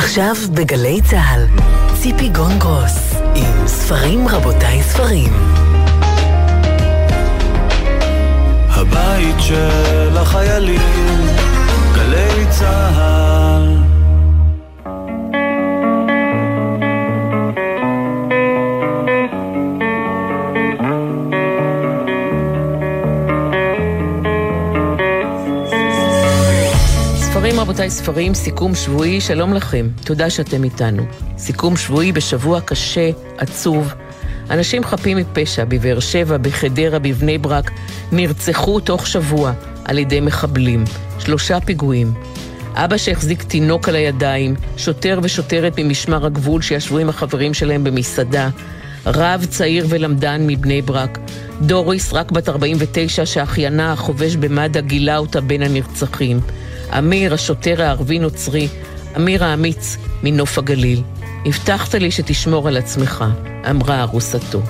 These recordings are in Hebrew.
עכשיו בגלי צהל, ציפי גונגרוס עם ספרים רבותיי ספרים. הבית של החיילים, גלי צהל. ספרים רבותיי ספרים, סיכום שבועי, שלום לכם, תודה שאתם איתנו. סיכום שבועי בשבוע קשה, עצוב. אנשים חפים מפשע בבאר שבע, בחדרה, בבני ברק, נרצחו תוך שבוע על ידי מחבלים. 3 פיגועים. אבא שהחזיק תינוק על הידיים, שוטר ושוטרת ממשמר הגבול שישבו עם החברים שלהם במסעדה, רב צעיר ולמדן מבני ברק, דוריס רק בת 49 שאחיינה החובש במד"א גילה אותה בין הנרצחים, אמיר השוטר הערבי נוצרי, אמיר האמיץ מנוף הגליל. הבטחת לי שתשמור על עצמך, אמרה ארוסתו.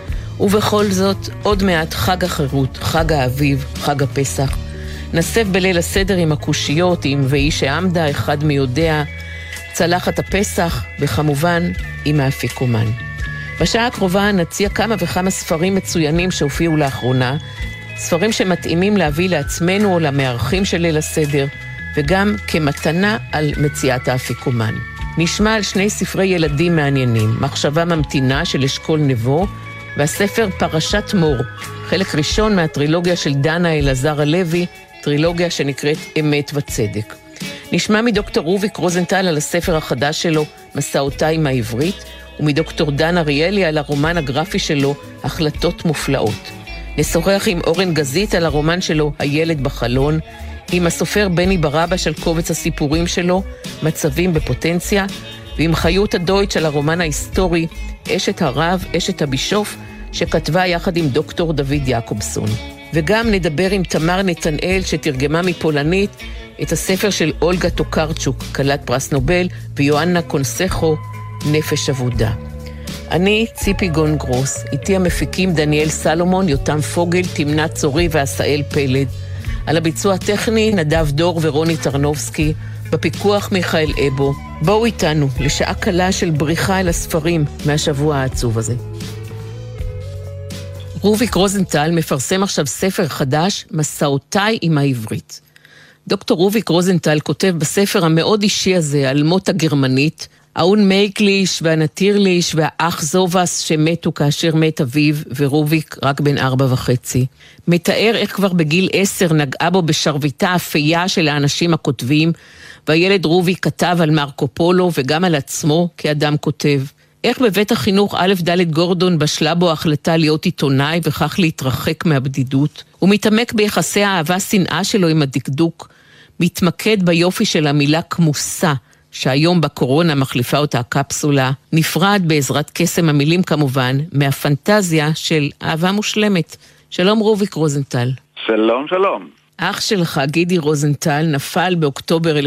ובכל זאת, עוד מעט חג החירות, חג האביב, חג הפסח. נסף בליל הסדר עם הקושיות, עם ואי שעמדה, אחד מיודע, צלחת הפסח, וכמובן עם האפיקומן. בשעה הקרובה נציע כמה וכמה ספרים מצוינים שהופיעו לאחרונה, ספרים שמתאימים להביא לעצמנו או למארחים של ליל הסדר, וגם כמתנה על מציאת האפיקומן. נשמע על 2 ספרי ילדים מעניינים, מחשבה ממתינה של אשכול נבו, והספר פרשת מור, חלק ראשון מהטרילוגיה של דנה אלעזר הלוי, טרילוגיה שנקראת אמת וצדק. נשמע מדוקטור רוביק רוזנטל על הספר החדש שלו, מסעותיי עם העברית, ומדוקטור דן אריאלי על הרומן הגרפי שלו, החלטות מופלאות. נשוחח עם אורן גזית על הרומן שלו, הילד בחלון, עם הסופר בני ברבא של קובץ הסיפורים שלו, מצבים בפוטנציה, ועם חיות הדויטש על הרומן ההיסטורי, אשת הרב, אשת הבישוף, שכתבה יחד עם דוקטור דוד יעקובסון. וגם נדבר עם תמר נתנאל שתרגמה מפולנית את הספר של אולגה טוקרצ'וק, כלת פרס נובל, ויואנה קונסחו, נפש עבודה. אני ציפי גונגרוס, איתי המפיקים דניאל סלומון, יותם פוגל, תמנת צורי ועשאל פלד. על הביצוע הטכני נדב דור ורוני טרנובסקי, בפיקוח מיכאל אבו. בואו איתנו לשעה קלה של בריחה אל הספרים מהשבוע העצוב הזה. רוביק רוזנטל מפרסם עכשיו ספר חדש, מסעותיי עם העברית. דוקטור רוביק רוזנטל כותב בספר המאוד אישי הזה על מות הגרמנית, האון מייקליש והנטירליש והאח זובס שמתו כאשר מת אביו, ורוביק רק בן 4.5. מתאר איך כבר בגיל 10 נגעה בו בשרביטה האפייה של האנשים הכותבים, והילד רוביק כתב על מרקו פולו וגם על עצמו כאדם כותב. איך בבית החינוך א' ד' גורדון בשלה בו החלטה להיות עיתונאי וכך להתרחק מהבדידות. הוא מתעמק ביחסי האהבה-שנאה שלו עם הדקדוק, מתמקד ביופי של המילה כמוסה, שהיום בקורונה מחליפה אותה הקפסולה, נפרד בעזרת קסם המילים כמובן, מהפנטזיה של אהבה מושלמת. שלום רוביק רוזנטל. שלום, שלום. אח שלך, גידי רוזנטל, נפל באוקטובר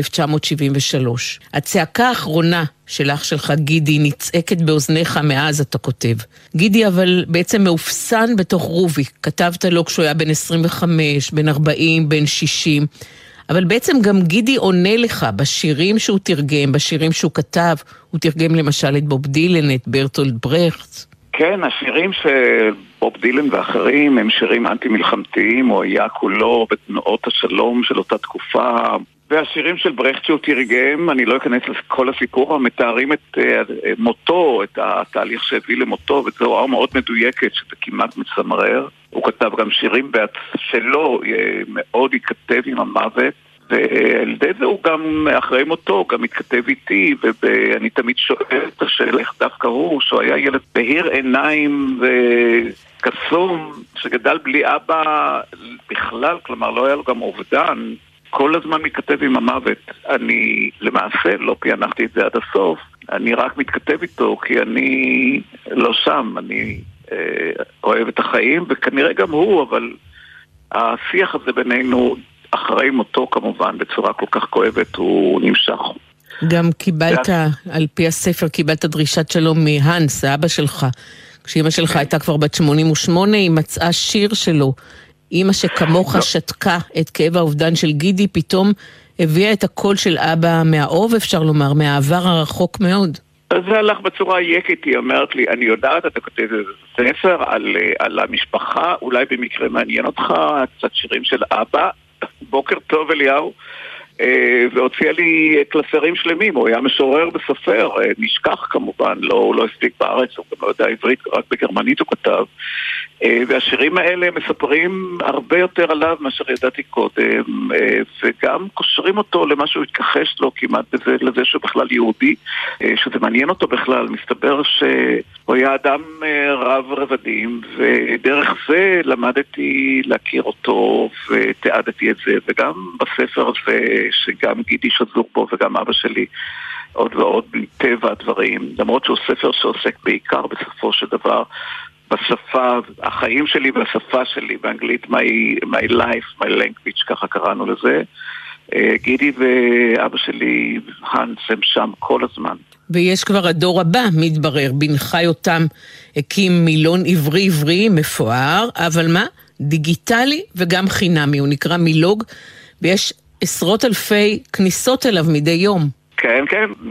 1973. הצעקה האחרונה של אח שלך, גידי, נצעקת באוזניך מאז, אתה כותב. גידי אבל בעצם מאופסן בתוך רוביק. כתבת לו כשהוא היה בן 25, בן 40, בן 60. אבל בעצם גם גידי עונה לך בשירים שהוא תרגם, בשירים שהוא כתב. הוא תרגם למשל את בוב דילן, את ברטולד ברכט. כן, השירים של בוב דילן ואחרים הם שירים אנטי-מלחמתיים, הוא היה כולו בתנועות השלום של אותה תקופה. והשירים של ברכט שהוא תרגם, אני לא אכנס לכל הסיפור, הם מתארים את מותו, את התהליך שהביא למותו, וזו מאוד מדויקת, שזה כמעט מצמרר. הוא כתב גם שירים שלו, מאוד ייכתב עם המוות, ועל ידי זה הוא גם אחרי מותו, גם התכתב איתי, ואני תמיד שואל את השאלה איך דווקא הוא, שהוא היה ילד בהיר עיניים וקסום, שגדל בלי אבא בכלל, כלומר לא היה לו גם אובדן, כל הזמן מתכתב עם המוות. אני למעשה לא פענחתי את זה עד הסוף, אני רק מתכתב איתו כי אני לא שם, אני אוהב את החיים, וכנראה גם הוא, אבל השיח הזה בינינו אחרי מותו כמובן בצורה כל כך כואבת הוא נמשך. גם קיבלת, על פי הספר, קיבלת דרישת שלום מהנס, האבא שלך. כשאמא שלך הייתה כבר בת 88, היא מצאה שיר שלו, אמא שכמוך שתקה את כאב האובדן של גידי, פתאום הביאה את הקול של אבא מהאוב, אפשר לומר, מהעבר הרחוק מאוד. אז זה הלך בצורה יקית, היא אומרת לי, אני יודעת, אתה כותב ספר על המשפחה, אולי במקרה מעניין אותך, קצת שירים של אבא, בוקר טוב אליהו, והוציאה לי קלסרים שלמים, הוא היה משורר בסופר, נשכח כמובן, הוא לא הספיק בארץ, הוא גם לא יודע עברית, רק בגרמנית הוא כתב, והשירים האלה מספרים הרבה יותר עליו מאשר ידעתי קודם, וגם קושרים אותו למה שהוא התכחש לו כמעט בזה, לזה שהוא בכלל יהודי, שזה מעניין אותו בכלל. מסתבר שהוא היה אדם רב רבדים, ודרך זה למדתי להכיר אותו ותיעדתי את זה, וגם בספר הזה שגם גידי שזור בו וגם אבא שלי עוד ועוד טבע הדברים, למרות שהוא ספר שעוסק בעיקר בסופו של דבר בשפה, החיים שלי והשפה שלי באנגלית, my life, my language, ככה קראנו לזה. גידי ואבא שלי, הנס, הם שם כל הזמן. ויש כבר הדור הבא, מתברר, בנך יותם הקים מילון עברי מפואר, אבל מה? דיגיטלי וגם חינמי, הוא נקרא מילוג, ויש עשרות אלפי כניסות אליו מדי יום. כן,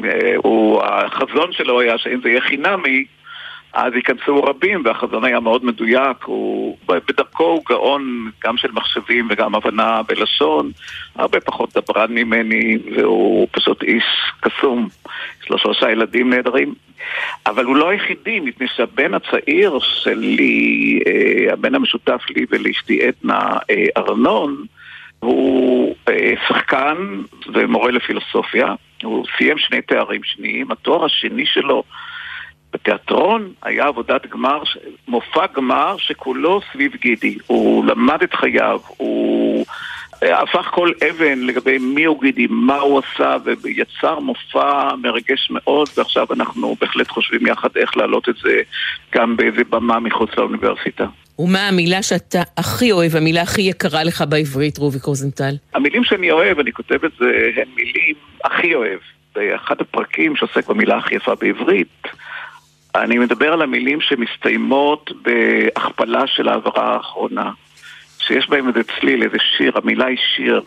החזון שלו היה שאם זה יהיה חינמי, אז ייכנסו רבים, והחזון היה מאוד מדויק, בדרכו הוא גאון גם של מחשבים וגם הבנה בלשון, הרבה פחות דברן ממני, והוא פשוט איש קסום, יש לו 3 ילדים נהדרים, אבל הוא לא היחידי, מפני שהבן הצעיר שלי, הבן המשותף לי ולאשתי עדנה ארנון, הוא שחקן ומורה לפילוסופיה, הוא סיים 2 תארים שניים, התואר השני שלו בתיאטרון היה עבודת גמר, מופע גמר שכולו סביב גידי. הוא למד את חייו, הוא הפך כל אבן לגבי מי הוא גידי, מה הוא עשה, ויצר מופע מרגש מאוד, ועכשיו אנחנו בהחלט חושבים יחד איך להעלות את זה גם באיזה במה מחוץ לאוניברסיטה. ומה המילה שאתה הכי אוהב, המילה הכי יקרה לך בעברית, רוביק רוזנטל? המילים שאני אוהב, אני כותב את זה, הן מילים הכי אוהב. באחד הפרקים שעוסק במילה הכי יפה בעברית, אני מדבר על המילים שמסתיימות בהכפלה של העברה האחרונה, שיש בהם איזה צליל, איזה שיר, המילה היא שיר,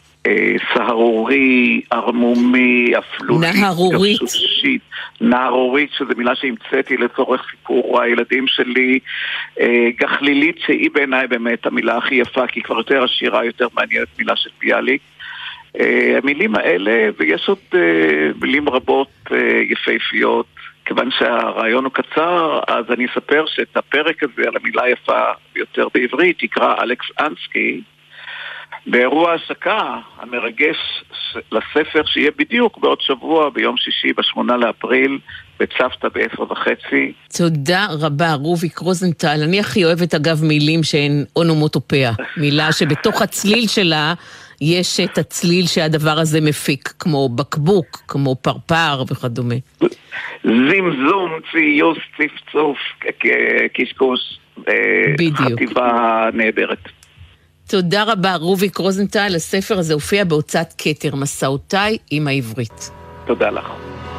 סהרורי, ארמומי, אפלולית, גפשושית, נהרורית, שזו מילה שהמצאתי לצורך סיפור הילדים שלי, גחלילית, שהיא בעיניי באמת המילה הכי יפה, כי כבר יותר השירה, יותר מעניינת מילה של ביאליק. המילים האלה, ויש עוד מילים רבות יפהפיות, כיוון שהרעיון הוא קצר, אז אני אספר שאת הפרק הזה על המילה היפה ביותר בעברית יקרא אלכס אנסקי, באירוע השקה המרגש לספר שיהיה בדיוק בעוד שבוע, ביום שישי, ב8 לאפריל, בצוותא ב10:30. תודה רבה, רוביק רוזנטל. אני הכי אוהבת אגב מילים שהן אונומטופיה, מילה שבתוך הצליל שלה יש את הצליל שהדבר הזה מפיק, כמו בקבוק, כמו פרפר וכדומה. זמזום, ציוס, צפצוף, קשקוש, חטיבה נהדרת. תודה רבה, רוביק רוזנטל. הספר הזה הופיע בהוצאת כתר, מסעותיי עם העברית. תודה לך.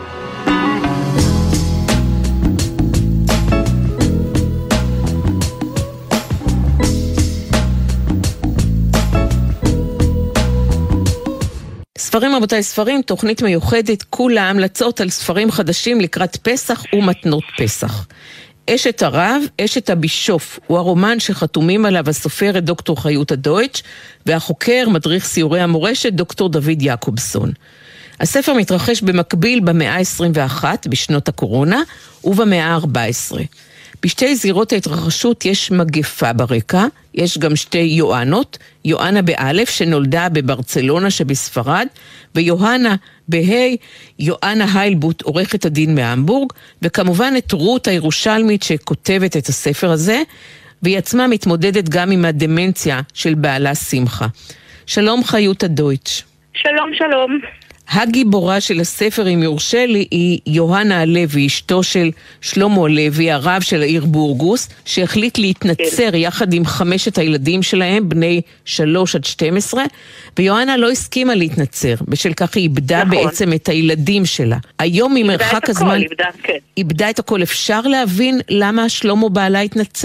ספרים רבותיי, ספרים, תוכנית מיוחדת, כולה המלצות על ספרים חדשים לקראת פסח ומתנות פסח. אשת הרב, אשת הבישוף, הוא הרומן שחתומים עליו הסופרת דוקטור חיות הדויטש, והחוקר מדריך סיורי המורשת דוקטור דוד יעקובסון. הספר מתרחש במקביל במאה ה-21, בשנות הקורונה, ובמאה ה-14. בשתי זירות ההתרחשות יש מגפה ברקע, יש גם 2 יואנות, יואנה באלף שנולדה בברצלונה שבספרד, ויוהנה בהי, יואנה היילבוט עורכת הדין מהמבורג, וכמובן את רות הירושלמית שכותבת את הספר הזה, והיא עצמה מתמודדת גם עם הדמנציה של בעלה שמחה. שלום חיות הדויטש. שלום, שלום. הגיבורה של הספר, אם יורשה לי, היא יוהנה הלוי, אשתו של שלמה הלוי, הרב של העיר בורגוס, שהחליט להתנצר יחד עם 5 הילדים שלהם, בני 3 עד 12, ויוהנה לא הסכימה להתנצר, בשל כך היא איבדה בעצם את הילדים שלה. היום ממרחק הזמן... איבדה את הכל. אפשר להבין למה שלמה בעלה התנצר?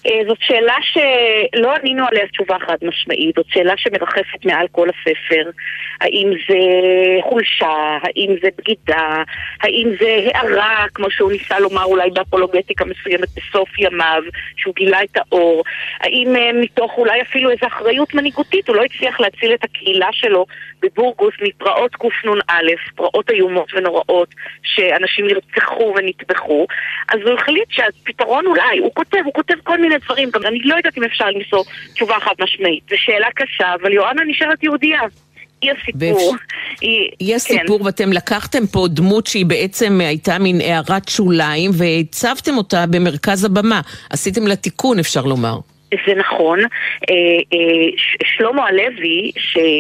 זאת שאלה שלא ענינו עליה תשובה חד משמעית, זאת שאלה שמרחפת מעל כל הספר. האם זה חולשה, האם זה בגידה, האם זה הערה, כמו שהוא ניסה לומר אולי באפולוגטיקה מסוימת בסוף ימיו, שהוא גילה את האור, האם מתוך אולי אפילו איזו אחריות מנהיגותית, הוא לא הצליח להציל את הקהילה שלו בבורגוס מפרעות קנ"א, פרעות איומות ונוראות, שאנשים נרצחו ונטבחו, אז הוא החליט שהפתרון אולי, הוא כותב כל מיני דברים, גם אני לא יודעת אם אפשר למצוא תשובה חד משמעית, זו שאלה קשה, אבל יואנה נשארת יהודייה. היא הסיפור. היא הסיפור, ואתם לקחתם פה דמות שהיא בעצם הייתה מין הערת שוליים, והצבתם אותה במרכז הבמה. עשיתם לה תיקון, אפשר לומר. זה נכון. שלמה הלוי,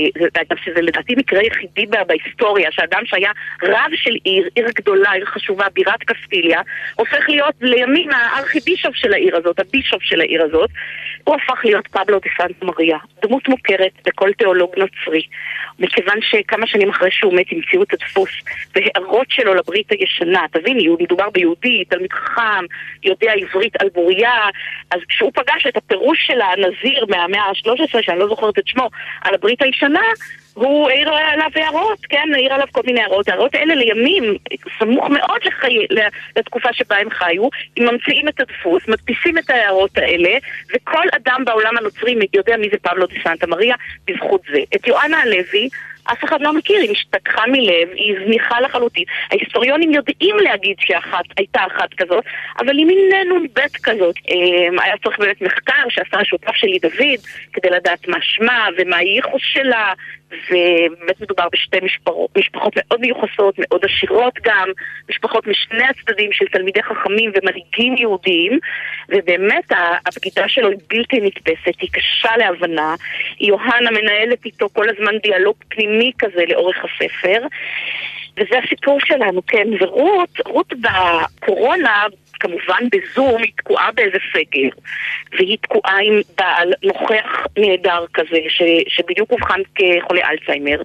שזה לדעתי מקרה יחידי בהיסטוריה, שאדם שהיה רב של עיר גדולה, עיר חשובה, בירת קסטיליה, הופך להיות לימים הארכיבישוף של העיר הזאת, הבישוף של העיר הזאת, הוא הפך להיות פבלו דה סנטה מריה, דמות מוכרת בכל תיאולוג נוצרי, מכיוון שכמה שנים אחרי שהוא מת המציאו את הדפוס והערות שלו לברית הישנה, תביני, מדובר ביהודי, תלמיד חכם, יודע עברית על בוריה, אז כשהוא פגש את הפירוש של הנזיר מהמאה ה-13, שאני לא זוכרת את שמו, על הברית הישנה, הוא העיר עליו הערות, כן, העיר עליו כל מיני הערות. הערות האלה לימים, סמוך מאוד לתקופה שבה הם חיו, הם ממציאים את הדפוס, מדפיסים את ההערות האלה, וכל אדם בעולם הנוצרי יודע מי זה פבלו דה סנטה מריה בזכות זה. את יואנה הלוי אף אחד לא מכיר, היא משתכחה מלב, היא זניחה לחלוטין. ההיסטוריונים יודעים להגיד שהייתה אחת כזאת, אבל היא מין נ"ב כזאת. היה צריך באמת מחקר שעשה השותף שלי דוד, כדי לדעת מה שמה ומה הייחוס שלה, ובאמת מדובר בשתי משפחות מאוד מיוחסות, מאוד עשירות גם, משפחות משני הצדדים של תלמידי חכמים ומנהיגים יהודיים, ובאמת הבגידה שלו היא בלתי נתפסת, היא קשה להבנה. יוהנה מנהלת איתו כל הזמן דיאלוג פנימי כזה לאורך הספר, וזה הסיפור שלנו, כן. ורות בקורונה, כמובן בזום, היא תקועה באיזה סגר, והיא תקועה עם בעל נוכח נהדר כזה, שבדיוק הובחן כחולה אלצהיימר,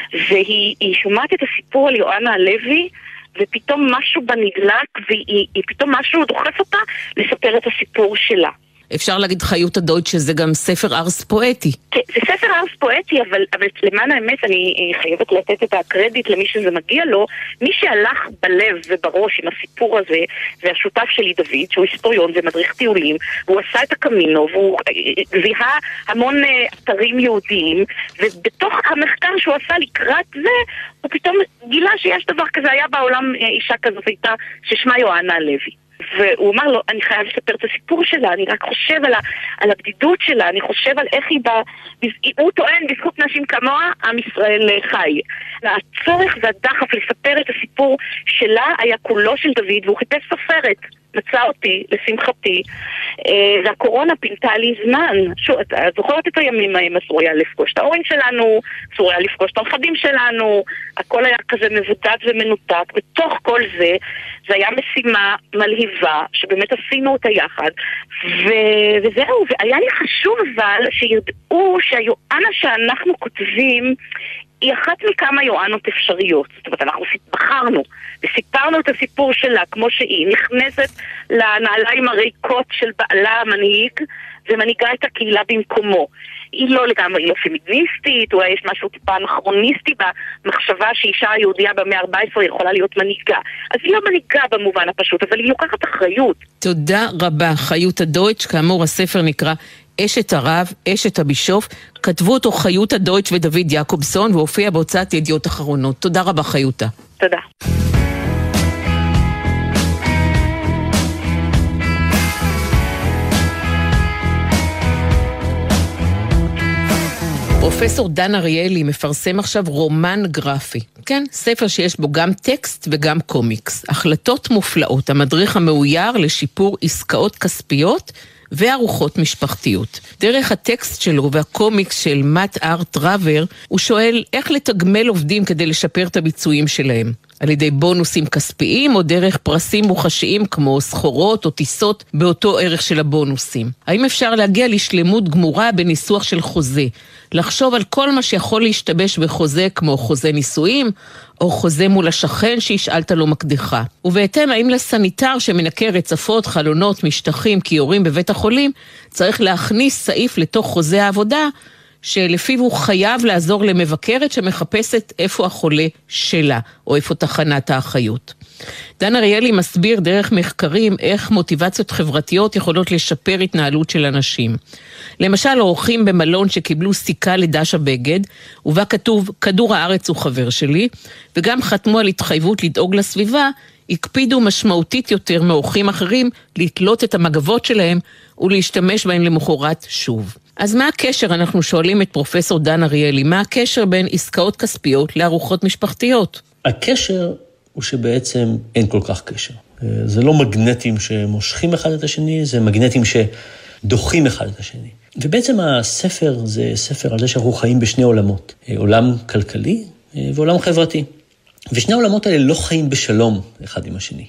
והיא שומעת את הסיפור על יואנה הלוי, ופתאום משהו בנגלק, והיא פתאום משהו דוחף אותה לספר את הסיפור שלה. אפשר להגיד חיות הדויטש שזה גם ספר ארס פואטי. זה ספר ארס פואטי, אבל למען האמת אני חייבת לתת את הקרדיט למי שזה מגיע לו. מי שהלך בלב ובראש עם הסיפור הזה, זה השותף שלי דוד, שהוא היסטוריון ומדריך טיולים, והוא עשה את הקמינו, והוא זיהה המון אתרים יהודיים, ובתוך המחקר שהוא עשה לקראת זה, הוא פתאום גילה שיש דבר כזה, היה בעולם אישה כזאת הייתה ששמה יואנה הלוי. והוא אמר לו, אני חייב לספר את הסיפור שלה, אני רק חושב על הבדידות שלה, אני חושב על איך הוא טוען, בזכות נשים כמוה, עם ישראל חי. הצורך והדחף לספר את הסיפור שלה היה כולו של דוד, והוא חיפש סופרת, מצא אותי, לשמחתי, והקורונה פינתה לי זמן. את זוכרת את הימים ההם, אסור היה לפגוש את ההורים שלנו, אסור היה לפגוש את הנכדים שלנו, הכל היה כזה מבודד ומנותק, בתוך כל זה, זה היה משימה מלהיבה, שבאמת עשינו אותה יחד, וזהו, והיה לי חשוב אבל שידעו שהיואנה שאנחנו כותבים, היא אחת מכמה יואנות אפשריות. זאת אומרת, אנחנו בחרנו וסיפרנו את הסיפור שלה כמו שהיא, נכנסת לנעליים הריקות של בעלה המנהיג ומנהיגה את הקהילה במקומו. היא לא לגמרי, היא לא פמיניסטית, או יש משהו טיפה אנכרוניסטי במחשבה שאישה יהודיה במאה ה-14 יכולה להיות מנהיגה. אז היא לא מנהיגה במובן הפשוט, אבל היא לוקחת אחריות. תודה רבה, חיות הדויטש. כאמור, הספר נקרא אשת הרב, אשת הבישוף. כתבו אותו חיות הדויטש ודוד יעקובסון, והופיע בהוצאת ידיעות אחרונות. תודה רבה, חיותה. תודה. פרופסור דן אריאלי מפרסם עכשיו רומן גרפי. כן, ספר שיש בו גם טקסט וגם קומיקס. החלטות מופלאות, המדריך המאויר לשיפור עסקאות כספיות וארוחות משפחתיות. דרך הטקסט שלו והקומיקס של מאט ארט ראבר, הוא שואל איך לתגמל עובדים כדי לשפר את הביצועים שלהם. על ידי בונוסים כספיים או דרך פרסים מוחשיים כמו סחורות או טיסות באותו ערך של הבונוסים? האם אפשר להגיע לשלמות גמורה בניסוח של חוזה? לחשוב על כל מה שיכול להשתבש בחוזה כמו חוזה נישואים או חוזה מול השכן שהשאלת לו מקדחה. ובהתאם האם לסניטר שמנקה רצפות, חלונות, משטחים, כיורים בבית החולים, צריך להכניס סעיף לתוך חוזה העבודה שלפיו הוא חייב לעזור למבקרת שמחפשת איפה החולה שלה, או איפה תחנת האחיות. דן אריאלי מסביר דרך מחקרים איך מוטיבציות חברתיות יכולות לשפר התנהלות של אנשים. למשל, אורחים במלון שקיבלו סיכה לדש הבגד, ובה כתוב, כדור הארץ הוא חבר שלי, וגם חתמו על התחייבות לדאוג לסביבה, הקפידו משמעותית יותר מאורחים אחרים לתלות את המגבות שלהם ולהשתמש בהן למחרת שוב. אז מה הקשר, אנחנו שואלים את פרופסור דן אריאלי, מה הקשר בין עסקאות כספיות לארוחות משפחתיות? הקשר הוא שבעצם אין כל כך קשר. זה לא מגנטים שמושכים אחד את השני, זה מגנטים שדוחים אחד את השני. ובעצם הספר זה ספר על זה שאנחנו חיים בשני עולמות, עולם כלכלי ועולם חברתי. ושני העולמות האלה לא חיים בשלום אחד עם השני.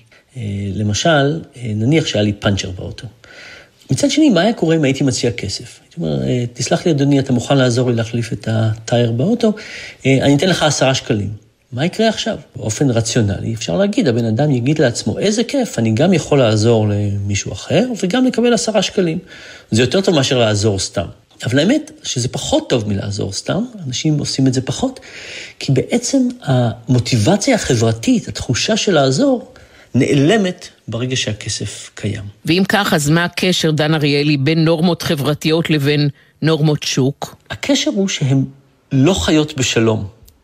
למשל, נניח שהיה לי פאנצ'ר באוטו. מצד שני, מה היה קורה אם הייתי מציע כסף? הייתי אומר, תסלח לי אדוני, אתה מוכן לעזור לי להחליף את הטייר באוטו? אני אתן לך 10 שקלים. מה יקרה עכשיו? באופן רציונלי, אפשר להגיד, הבן אדם יגיד לעצמו, איזה כיף, אני גם יכול לעזור למישהו אחר, וגם לקבל 10 שקלים. זה יותר טוב מאשר לעזור סתם. אבל האמת שזה פחות טוב מלעזור סתם, אנשים עושים את זה פחות, כי בעצם המוטיבציה החברתית, התחושה של לעזור, נעלמת ברגע שהכסף קיים. ואם כך, אז מה הקשר, דן אריאלי, בין נורמות חברתיות לבין נורמות שוק? הקשר הוא שהן לא חיות בשלום.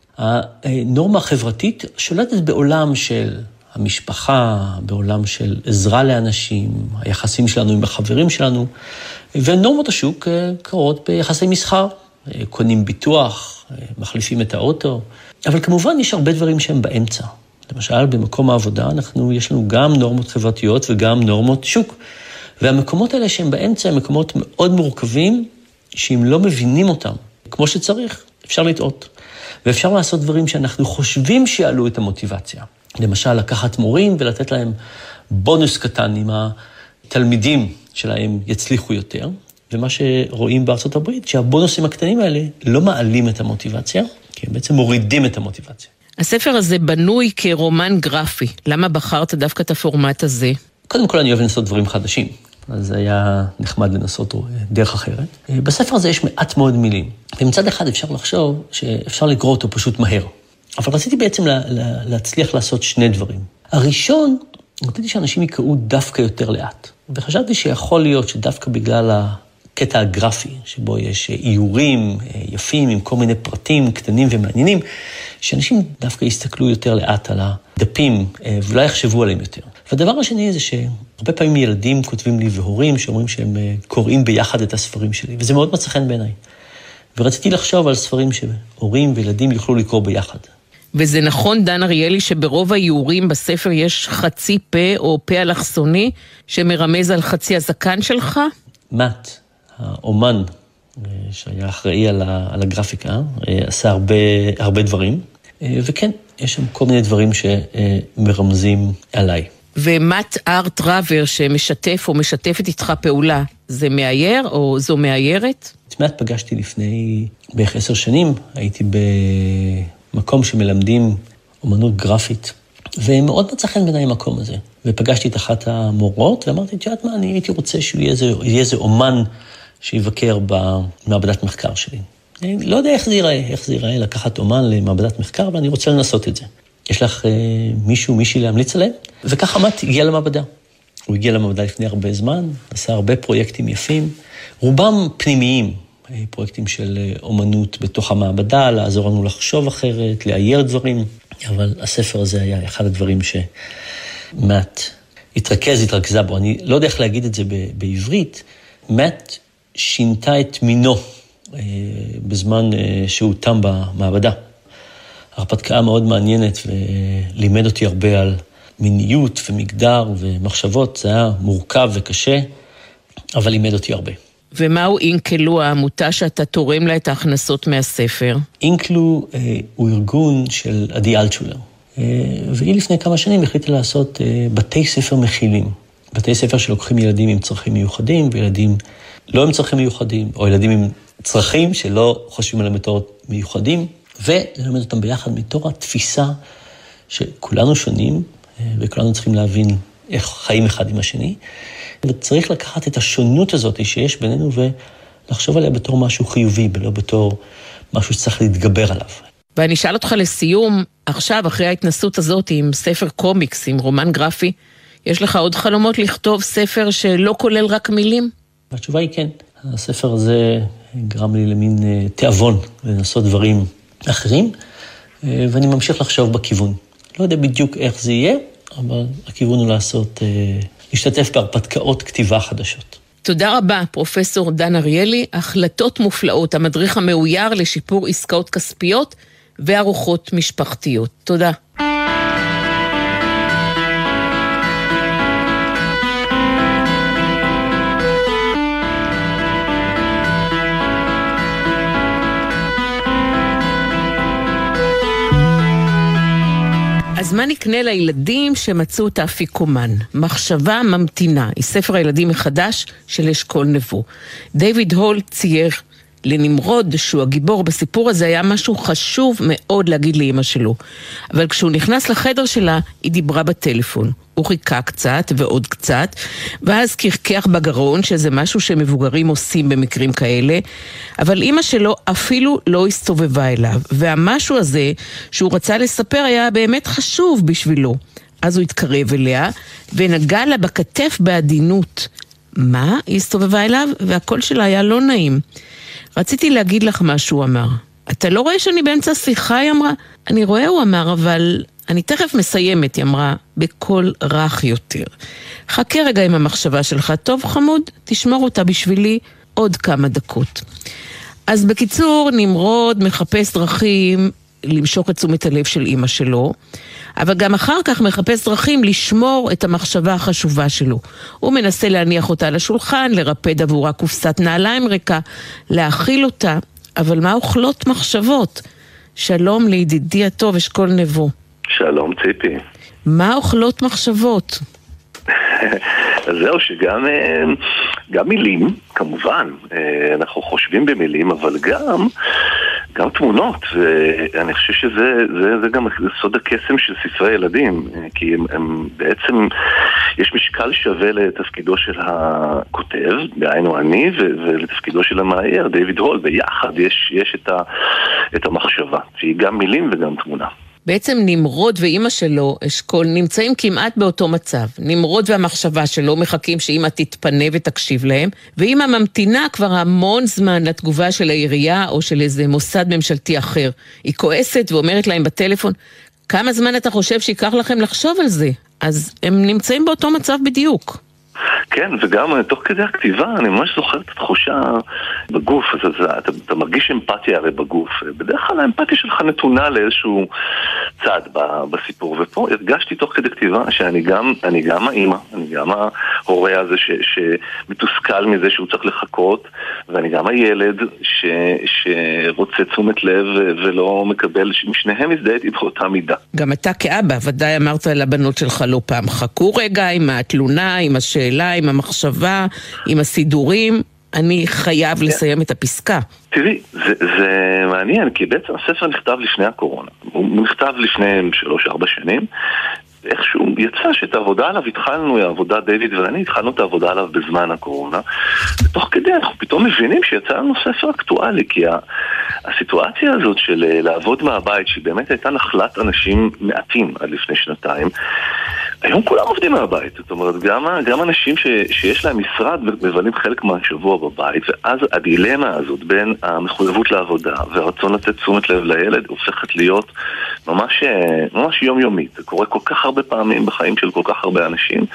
הנורמה החברתית שולטת בעולם של המשפחה, בעולם של עזרה לאנשים, היחסים שלנו עם החברים שלנו, ונורמות השוק קורות ביחסי מסחר, קונים ביטוח, מחליפים את האוטו, אבל כמובן יש הרבה דברים שהם באמצע. למשל, במקום העבודה יש לנו גם נורמות חברתיות וגם נורמות שוק, והמקומות האלה שהם באמצע הם מקומות מאוד מורכבים, שאם לא מבינים אותם כמו שצריך, אפשר לטעות. ואפשר לעשות דברים שאנחנו חושבים שיעלו את המוטיבציה. למשל, לקחת מורים ולתת להם בונוס קטן עם התלמידים שלהם יצליחו יותר, ומה שרואים בארצות הברית, שהבונוסים הקטנים האלה לא מעלים את המוטיבציה, כי הם בעצם מורידים את המוטיבציה. הספר הזה בנוי כרומן גרפי. למה בחרת דווקא את הפורמט הזה? קודם כל אני אוהב לנסות דברים חדשים, אז היה נחמד לנסות דרך אחרת. בספר הזה יש מעט מאוד מילים, ומצד אחד אפשר לחשוב שאפשר לקרוא אותו פשוט מהר. אבל רציתי בעצם להצליח לעשות שני דברים. הראשון, רציתי שאנשים יקראו דווקא יותר לאט. וחשבתי שיכול להיות שדווקא בגלל הקטע הגרפי, שבו יש איורים יפים עם כל מיני פרטים קטנים ומעניינים, שאנשים דווקא יסתכלו יותר לאט על הדפים ואולי יחשבו עליהם יותר. והדבר השני זה שהרבה פעמים ילדים כותבים לי והורים שאומרים שהם קוראים ביחד את הספרים שלי, וזה מאוד מצא חן בעיניי. ורציתי לחשוב על ספרים שהורים וילדים יוכלו לקרוא ביחד. וזה נכון, דן אריאלי, שברוב האיורים בספר יש חצי פה או פה אלכסוני שמרמז על חצי הזקן שלך? מאט, האומן שהיה אחראי על הגרפיקה, עשה הרבה דברים, וכן, יש שם כל מיני דברים שמרמזים עליי. ומאט ארט ראבר שמשתף או משתפת איתך פעולה, זה מאייר או זו מאיירת? את מאט פגשתי לפני בערך 10 שנים, הייתי במקום שמלמדים אומנות גרפית, ומאוד מצא חן בעיניי המקום הזה. ופגשתי את אחת המורות, ואמרתי, תשעת מה, אני הייתי רוצה שיהיה איזה אומן שיבקר במעבדת מחקר שלי. אני לא יודע איך זה ייראה לקחת אומן למעבדת מחקר, אבל אני רוצה לנסות את זה. יש לך מישהי להמליץ עליהם? וככה מאט הגיע למעבדה. הוא הגיע למעבדה לפני הרבה זמן, עשה הרבה פרויקטים יפים, רובם פנימיים, פרויקטים של אומנות בתוך המעבדה, לעזור לנו לחשוב אחרת, לאייר דברים, אבל הספר הזה היה אחד הדברים שמאט התרכזה בו. אני לא יודע איך להגיד את זה בעברית, מאט שינתה את מינו בזמן שהוא תם במעבדה. הרפתקה מאוד מעניינת ולימד אותי הרבה על מיניות ומגדר ומחשבות, זה היה מורכב וקשה, אבל לימד אותי הרבה. ומהו אינקלו, העמותה שאתה תורם לה את ההכנסות מהספר? אינקלו הוא ארגון של עדי אלטשולר. והיא לפני כמה שנים החליטה לעשות בתי ספר מכילים. בתי ספר שלוקחים ילדים עם צרכים מיוחדים, וילדים לא עם צרכים מיוחדים, או ילדים עם צרכים שלא חושבים עליהם בתור מיוחדים, וללמד אותם ביחד מתור התפיסה שכולנו שונים, וכולנו צריכים להבין איך חיים אחד עם השני, וצריך לקחת את השונות הזאת שיש בינינו ולחשוב עליה בתור משהו חיובי, ולא בתור משהו שצריך להתגבר עליו. ואני אשאל אותך לסיום, עכשיו, אחרי ההתנסות הזאת עם ספר קומיקס, עם רומן גרפי, יש לך עוד חלומות לכתוב ספר שלא כולל רק מילים? התשובה היא כן. הספר הזה גרם לי למין תיאבון, לנסות דברים אחרים, ואני ממשיך לחשוב בכיוון. לא יודע בדיוק איך זה יהיה, אבל הכיוון הוא להשתתף בהרפתקאות כתיבה חדשות. תודה רבה, פרופסור דן אריאלי. החלטות מופלאות, המדריך המאויר לשיפור עסקאות כספיות וארוחות משפחתיות. תודה. אז מה נקנה לילדים שמצאו את האפיקומן? מחשבה ממתינה, היא ספר הילדים החדש של אשכול נבו. דיוויד הול צייר לנמרוד, שהוא הגיבור בסיפור הזה, היה משהו חשוב מאוד להגיד לאמא שלו. אבל כשהוא נכנס לחדר שלה, היא דיברה בטלפון. הוא חיכה קצת ועוד קצת, ואז קרקח בגרון, שזה משהו שמבוגרים עושים במקרים כאלה, אבל אמא שלו אפילו לא הסתובבה אליו, והמשהו הזה שהוא רצה לספר היה באמת חשוב בשבילו. אז הוא התקרב אליה, ונגע לה בכתף בעדינות. מה? היא הסתובבה אליו, והקול שלה היה לא נעים. רציתי להגיד לך מה שהוא אמר. אתה לא רואה שאני באמצע שיחה? היא אמרה. אני רואה, הוא אמר, אבל אני תכף מסיימת, היא אמרה, בקול רך יותר. חכה רגע עם המחשבה שלך, טוב חמוד, תשמור אותה בשבילי עוד כמה דקות. אז בקיצור, נמרוד מחפש דרכים למשוך את תשומת הלב של אמא שלו, אבל גם אחר כך מחפש דרכים לשמור את המחשבה החשובה שלו. הוא מנסה להניח אותה על השולחן, לרפד עבורה קופסת נעליים ריקה, להאכיל אותה, אבל מה אוכלות מחשבות? שלום לידידי הטוב אשכול נבו. שלום ציפי. מה אוכלות מחשבות? אז זהו שגם מילים, כמובן, אנחנו חושבים במילים, אבל גם תמונות, ואני חושב שזה גם סוד הקסם של ספרי ילדים, כי הם בעצם, יש משקל שווה לתפקידו של הכותב, דהיינו אני, ולתפקידו של המאייר, דיוויד הול, ביחד יש את המחשבה, שהיא גם מילים וגם תמונה. בעצם נמרוד ואמא שלו, אשכול, נמצאים כמעט באותו מצב. נמרוד והמחשבה שלו מחכים שאמא תתפנה ותקשיב להם, ואמא ממתינה כבר המון זמן לתגובה של העירייה או של איזה מוסד ממשלתי אחר. היא כועסת ואומרת להם בטלפון, כמה זמן אתה חושב שיקח לכם לחשוב על זה? אז הם נמצאים באותו מצב בדיוק. כן, וגם תוך כדי הכתיבה אני ממש זוכר את התחושה בגוף, אתה מרגיש אמפתיה הרי בגוף, בדרך כלל האמפתיה שלך נתונה לאיזשהו צד בסיפור, ופה הרגשתי תוך כדי כתיבה שאני גם האמא, אני גם ההורה הזה שמתוסכל מזה שהוא צריך לחכות, ואני גם הילד שרוצה תשומת לב ולא מקבל, משניהם הזדהיתי באותה מידה. גם אתה כאבא, ודאי אמרת לבנות שלך לא פעם, חכו רגע עם התלונה, עם השאלה, עם המחשבה, עם הסידורים, אני חייב לסיים את הפסקה. תראי, זה מעניין, כי בעצם הספר נכתב לפני הקורונה. הוא נכתב לפני 3-4 שנים, איכשהו יצא שאת העבודה עליו התחלנו, העבודה דיוויד ואני התחלנו את העבודה עליו בזמן הקורונה, ותוך כדי אנחנו פתאום מבינים שיצא לנו ספר אקטואלי, כי הסיטואציה הזאת של לעבוד מהבית, שהיא באמת הייתה נחלת אנשים מעטים עד לפני 2 היום כולם עובדים מהבית, זאת אומרת, גם אנשים שיש להם משרד מבלים חלק מהשבוע בבית, ואז הדילמה הזאת בין המחויבות לעבודה והרצון לתת תשומת לב לילד הופכת להיות ממש יומיומית. זה קורה כל כך הרבה פעמים בחיים של כל כך הרבה אנשים,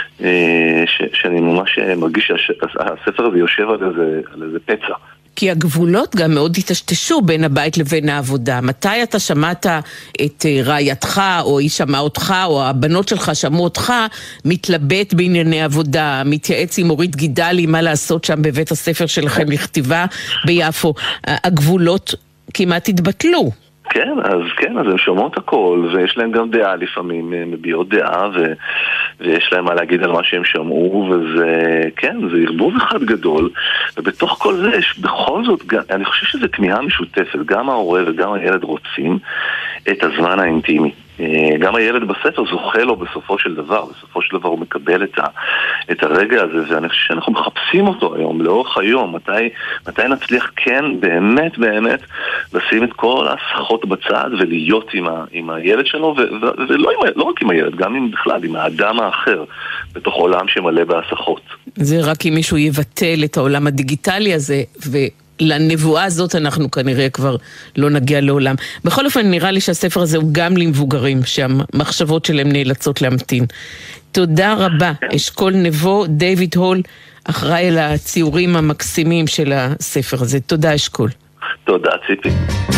שאני ממש מרגיש שהספר הזה יושב על איזה פצע. כי הגבולות גם מאוד התשתשו בין הבית לבין העבודה. מתי אתה שמעת את רעייתך, או היא שמעה אותך, או הבנות שלך שמעו אותך, מתלבט בענייני עבודה, מתייעץ עם אורית גידלי, מה לעשות שם בבית הספר שלכם לכתיבה ביפו. הגבולות כמעט התבטלו. כן, אז הם שומעות הכל, ויש להם גם דעה לפעמים, מביעות דעה, ויש להם מה להגיד על מה שהם שמעו, וזה, כן, זה ערבוב אחד גדול, ובתוך כל זה יש בכל זאת, אני חושב שזה כמיהה משותפת, גם ההורה וגם הילד רוצים את הזמן האינטימי. גם הילד בספר זוכה לו בסופו של דבר הוא מקבל את הרגע הזה, ואני חושב שאנחנו מחפשים אותו היום, לאורך היום, מתי נצליח כן באמת לשים את כל ההסחות בצד ולהיות עם הילד שלנו, ולא רק עם הילד, גם עם בכלל, עם האדם האחר, בתוך עולם שמלא בהסחות. זה רק אם מישהו יבטל את העולם הדיגיטלי הזה, לנבואה הזאת אנחנו כנראה כבר לא נגיע לעולם. בכל אופן נראה לי שהספר הזה הוא גם למבוגרים, שהמחשבות שלהם נאלצות להמתין. תודה רבה. אשכול נבו, דיוויד הול, אחראי על הציורים המקסימים של הספר הזה. תודה אשכול. תודה ציפי.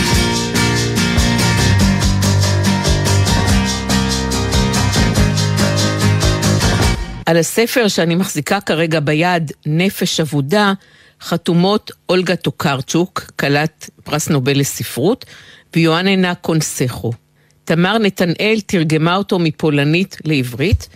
על הספר שאני מחזיקה כרגע ביד, נפש עבודה, חתומות אולגה טוקרצ'וק, כלת פרס נובל לספרות, ויואננה קונסחו. תמר נתנאל תרגמה אותו מפולנית לעברית,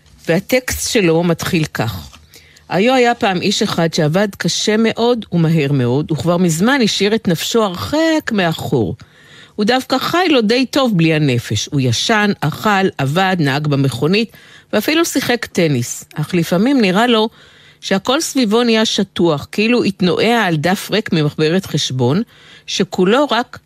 והטקסט שלו מתחיל כך. היה פעם איש אחד שעבד קשה מאוד ומהר מאוד, וכבר מזמן השאיר את נפשו הרחק מאחור. הוא דווקא חי לו די טוב בלי הנפש. הוא ישן, אכל, עבד, נהג במכונית, ואפילו שיחק טניס. אך לפעמים נראה לו שהכל סביבו נהיה שטוח, כאילו התנועע על דף ריק ממחברת חשבון, שכולו רק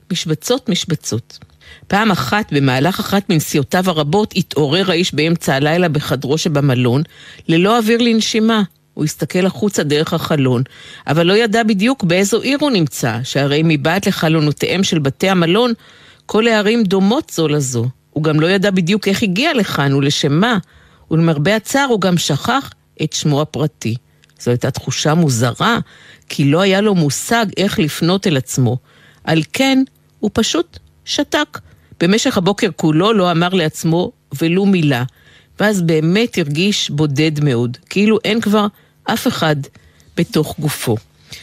משבצות. פעם אחת, במהלך אחת מנסיותיו הרבות, התעורר האיש באמצע הלילה בחדרו שבמלון, ללא אוויר לנשימה. הוא הסתכל החוצה דרך החלון, אבל לא ידע בדיוק באיזו עיר הוא נמצא, שהרי מבעד לחלונותיהם של בתי המלון, כל הערים דומות זו לזו. הוא גם לא ידע בדיוק איך הגיע לכאן ולשמה, ולמרבה הצער הוא גם שכח את שמו הפרטי. זו הייתה תחושה מוזרה, כי לא היה לו מושג איך לפנות אל עצמו. על כן, הוא פשוט שתק. במשך הבוקר כולו לא אמר לעצמו ולו מילה, ואז באמת הרגיש בודד מאוד, כאילו אין כבר אף אחד בתוך גופו.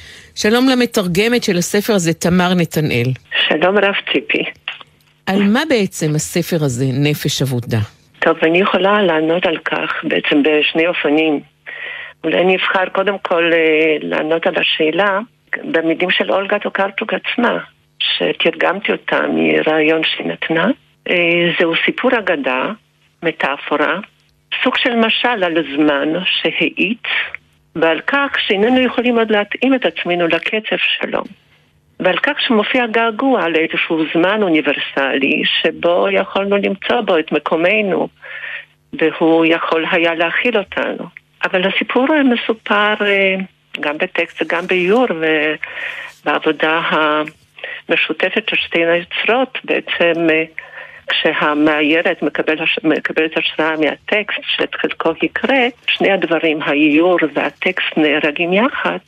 שלום למתרגמת של הספר הזה, תמר נתנאל. שלום רב ציפי. על מה בעצם הספר הזה, נפש עבודה? טוב, אני יכולה לענות על כך בעצם בשני אופנים. אולי אני אבחר קודם כל לענות על השאלה במילים של אולגה טוקרצ'וק עצמה, שתרגמתי אותה מרעיון שהיא נתנה. זהו סיפור אגדה, מטאפורה, סוג של משל על הזמן שהאיץ, ועל כך שאיננו יכולים עוד להתאים את עצמנו לקצב שלו. ועל כך שמופיע געגוע לאיזשהו זמן אוניברסלי, שבו יכולנו למצוא בו את מקומנו, והוא יכול היה להכיל אותנו. אבל הסיפור מסופר גם בטקסט וגם באיור, ובעבודה המשותפת של שתי היוצרות, בעצם כשהמאיירת מקבלת השראה מהטקסט שאת חלקו יקרה, שני הדברים, האיור והטקסט נהרגים יחד,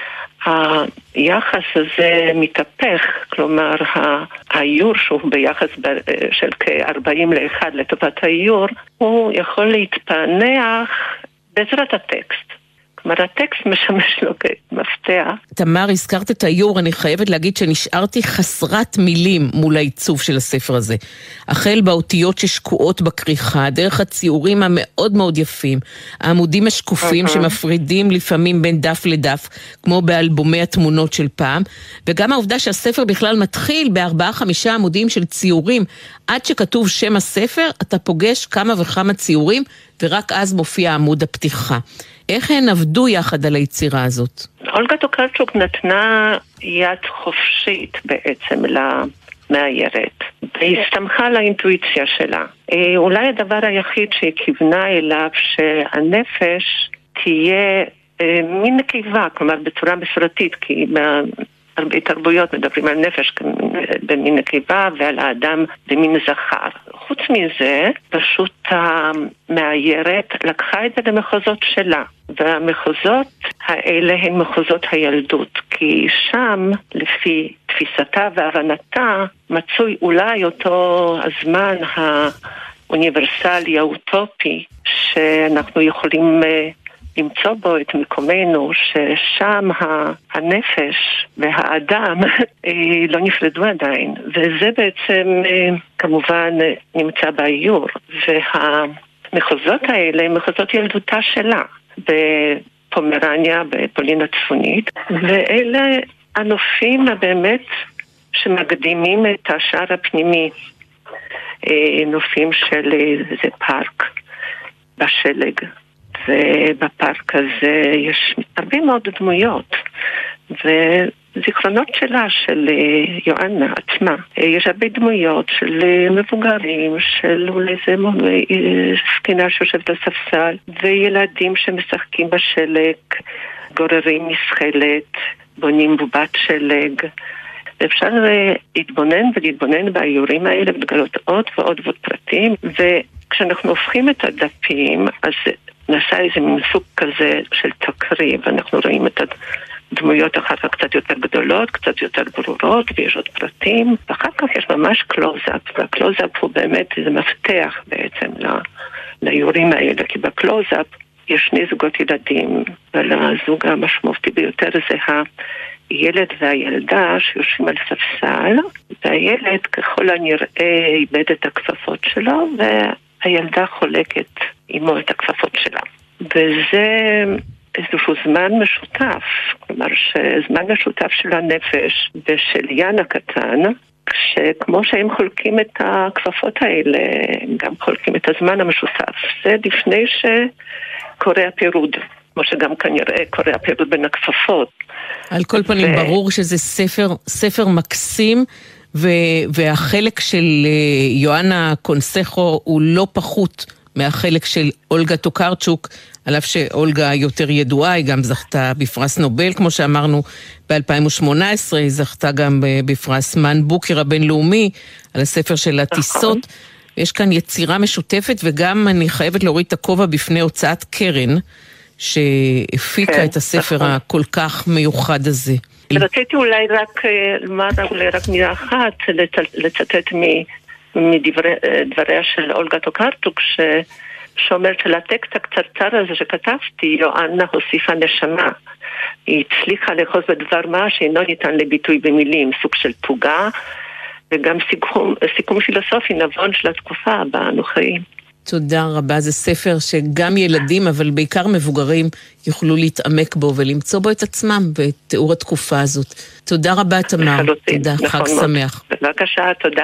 היחס הזה מתהפך, כלומר האיור שהוא ביחס של כ-40-1 לטובת האיור, הוא יכול להתפענח בעזרת הטקסט. כלומר, הטקסט משמש לו כמפתח. תמר, הזכרת את האיור, אני חייבת להגיד שנשארתי חסרת מילים מול העיצוב של הספר הזה. החל באותיות ששקועות בכריכה, דרך הציורים המאוד מאוד יפים, העמודים השקופים שמפרידים לפעמים בין דף לדף, כמו באלבומי התמונות של פעם, וגם העובדה שהספר בכלל מתחיל ב4-5 עמודים של ציורים, עד שכתוב שם הספר, אתה פוגש כמה וכמה ציורים, ורק אז מופיע עמוד הפתיחה. איך הן עבדו יחד על היצירה הזאת? אולגה טוקרצ'וק נתנה יד חופשית בעצם למאיירת, והסתמכה על האינטואיציה שלה. אולי הדבר היחיד שהיא כיוונה אליו שהנפש תהיה מין נקבה, כלומר בצורה מסורתית, כי הרבה תרבויות מדברים על נפש במין נקבה ועל האדם במין זכר. חוץ מזה, פשוט המאיירת לקחה את זה למחוזות שלה. והמחוזות האלה הן מחוזות הילדות, כי שם, לפי תפיסתה והבנתה, מצוי אולי אותו הזמן האוניברסלי, האוטופי, שאנחנו יכולים למצוא בו את מקומנו, ששם הנפש והאדם לא נפרדו עדיין. וזה בעצם כמובן נמצא באיור. והמחוזות האלה הם מחוזות ילדותה שלה, בפומרניה, בפולין הצפונית, ואלה הנופים באמת שמקדימים את השער הפנימי. נופים של איזה פארק בשלג, ובפארק הזה יש הרבה מאוד דמויות וזיכרונות שלה, של יואנה עצמה. יש הרבה דמויות של מבוגרים, של אולי זה סקינה שיושבת על ספסל, וילדים שמשחקים בשלג, גוררים מסחלת, בונים בובת שלג. אפשר להתבונן באיורים האלה ולגלות עוד ועוד פרטים, וכשאנחנו הופכים את הדפים, אז נעשה איזה מין סוג כזה של תקריב, אנחנו רואים את הדמויות אחר כך קצת יותר גדולות, קצת יותר ברורות, ויש עוד פרטים, ואחר כך יש ממש קלוזאפ, והקלוזאפ הוא באמת איזה מפתח בעצם לאיורים האלה, כי בקלוזאפ יש שני זוגות ילדים, ולזוג המשמעותי ביותר זה ילד והילדה שיושבים על ספסל, והילד ככל הנראה איבד את הכפפות שלו, והילדה חולקת עמו את הכפפות שלה. וזה איזשהו זמן משותף, כלומר שזמן משותף של הנפש ושל יאן הקטן, כשכמו שהם חולקים את הכפפות האלה, הם גם חולקים את הזמן המשותף. זה לפני שקורה הפירוד, כמו שגם כנראה קורה הפירוד בין הכפפות. על כל פנים ברור שזה ספר מקסים, והחלק של יואנה קונסחו הוא לא פחות מהחלק של אולגה טוקרצ'וק, על אף שאולגה יותר ידועה, היא גם זכתה בפרס נובל, כמו שאמרנו, ב-2018, היא זכתה גם בפרס מן בוקר הבינלאומי, על הספר של הטיסות. יש כאן יצירה משותפת, וגם אני חייבת להוריד את הכובע בפני הוצאת קרן, שהפיקה את הספר הכל כך מיוחד הזה. רציתי אולי רק מילה אחת, לצטט מדבריה של אולגה טוקרצ'וק, שאומרת שלטקסט הקצרצר הזה שכתבתי, יואנה הוסיפה נשמה. היא הצליחה לאחוז בדבר מה שאינו ניתן לביטוי במילים, סוג של תוגה, וגם סיכום פילוסופי נבון של התקופה הבאה אנו חיים. תודה רבה, זה ספר שגם ילדים, אבל בעיקר מבוגרים, יוכלו להתעמק בו ולמצוא בו את עצמם ואת תיאור התקופה הזאת. תודה רבה, תמר. תודה, חג שמח. בבקשה, תודה.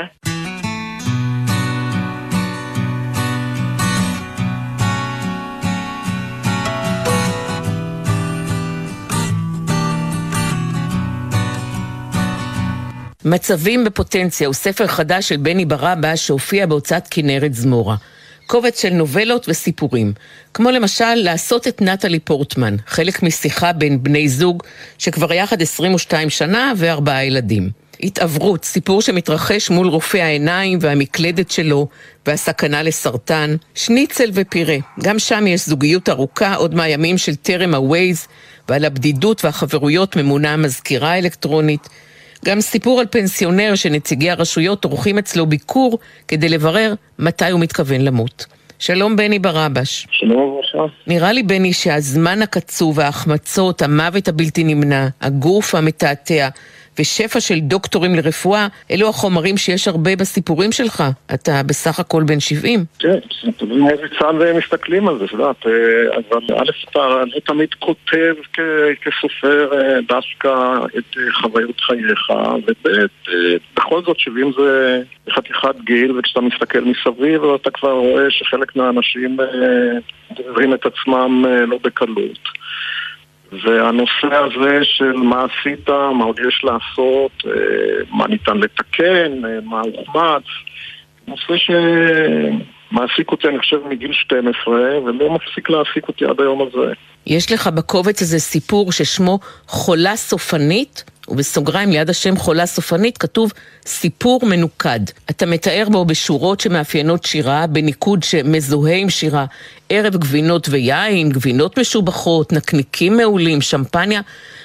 מצבים בפוטנציה הוא ספר חדש של בני ברבש שהופיע בהוצאת כנרת זמורה. קובץ של נובלות וסיפורים, כמו למשל לעשות את נטלי פורטמן, חלק משיחה בין בני זוג שכבר יחד 22 שנה ו4 ילדים. התעברות, סיפור שמתרחש מול רופא העיניים והמקלדת שלו והסכנה לסרטן. שניצל ופירה, גם שם יש זוגיות ארוכה עוד מהימים של טרם הווייז, ועל הבדידות והחברויות ממונה המזכירה האלקטרונית. גם סיפור על פנסיונר שנציגי הרשויות עורכים אצלו ביקור כדי לברר מתי הוא מתכוון למות. שלום בני ברבש. שלום בבקשה. נראה לי בני שהזמן הקצוב, ההחמצות, המוות הבלתי נמנע, הגוף המתעתע ושפע של דוקטורים לרפואה, אלו החומרים שיש הרבה בסיפורים שלך. אתה בסך הכל בן 70. כן, תמיד איזה צד מסתכלים על זה, שדעת. אבל א', אתה לא תמיד כותב כסופר דווקא את חוויות חייך, וב', בכל זאת 70 זה חתיכת גיל, וכשאתה מסתכל מסביב, אתה כבר רואה שחלק מהאנשים דברים את עצמם לא בקלות. והנושא הזה של מה עשית, מה עוד יש לעשות, מה ניתן לתקן, מה הוחמץ, נושא שמעסיק אותי, אני חושב, מגיל 12, ולא מפסיק להעסיק אותי עד היום הזה. יש לך בקובץ הזה סיפור ששמו חולה סופנית, ובסוגריים ליד השם חולה סופנית כתוב סיפור מנוקד. אתה מתאר בו בשורות שמאפיינות שירה, בניקוד שמזוהה עם שירה, ערב גבינות ויין, גבינות משובחות, נקניקים מעולים, שמפניה,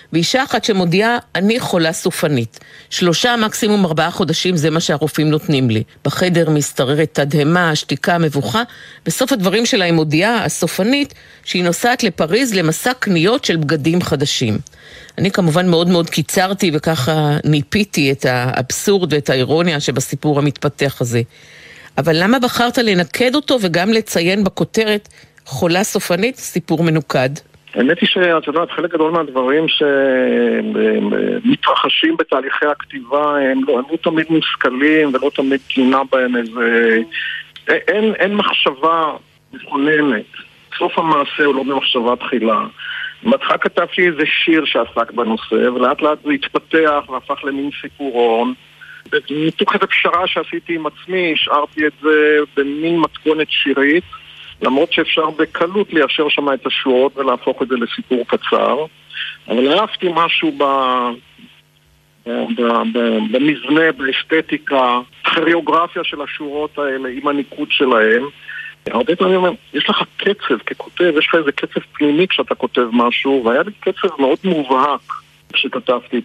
ואישה אחת שמודיעה, אני חולה סופנית. 3 מקסימום 4 חודשים זה מה שהרופאים נותנים לי. בחדר מסתררת תדהמה, שתיקה, מבוכה. בסוף הדברים שלה היא מודיעה, הסופנית, שהיא נוסעת לפריז למסע קניות של בגדים חדשים. אני כמובן מאוד מאוד קיצרתי וככה ניפיתי את האבסורד ואת האירוניה שבסיפור המתפתח הזה. אבל למה בחרת לנקד אותו וגם לציין בכותרת חולה סופנית, סיפור מנוקד? האמת היא שאת יודעת, חלק גדול מהדברים שמתרחשים בתהליכי הכתיבה הם לא תמיד מושכלים ולא תמיד תלונה בהם איזה... אין מחשבה מכוננת. סוף המעשה הוא לא במחשבה תחילה. בהתחלה כתבתי איזה שיר שעסק בנושא, ולאט לאט זה התפתח והפך למין סיפורון. מתוך איזו פשרה שעשיתי עם עצמי, השארתי את זה במין מתכונת שירית, למרות שאפשר בקלות ליישר שם את השורות ולהפוך את זה לסיפור קצר. אבל אהבתי משהו במבנה, באסתטיקה, כריאוגרפיה של השורות האלה עם הניקוד שלהם. הרבה פעמים יש לך קצב ככותב, יש לך איזה קצב פנימי כשאתה כותב משהו, והיה לי קצב מאוד מובהק כשכתבתי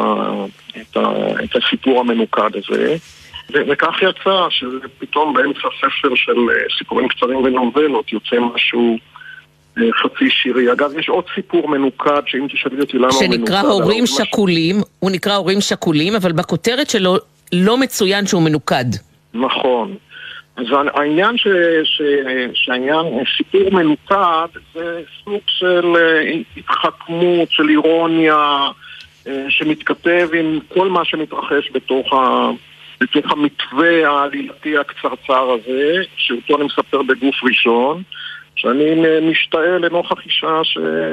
את הסיפור המנוקד הזה. וכך יצא שפתאום באמצע ספר של סיפורים קצרים ונובלות יוצא משהו חצי שירי. אגב, יש עוד סיפור מנוקד שאם תשאלי אותי למה הוא מנוקד... שנקרא הורים שכולים, הוא נקרא הורים שכולים, אבל בכותרת שלו לא מצוין שהוא מנוקד. נכון. אז העניין שהעניין סיפור מנוקד זה סוג של התחכמות, של אירוניה, שמתכתב עם כל מה שמתרחש בתוך המתווה העלילתי הקצרצר הזה, שאותו אני מספר בגוף ראשון, שאני משתאה לנוכח אישה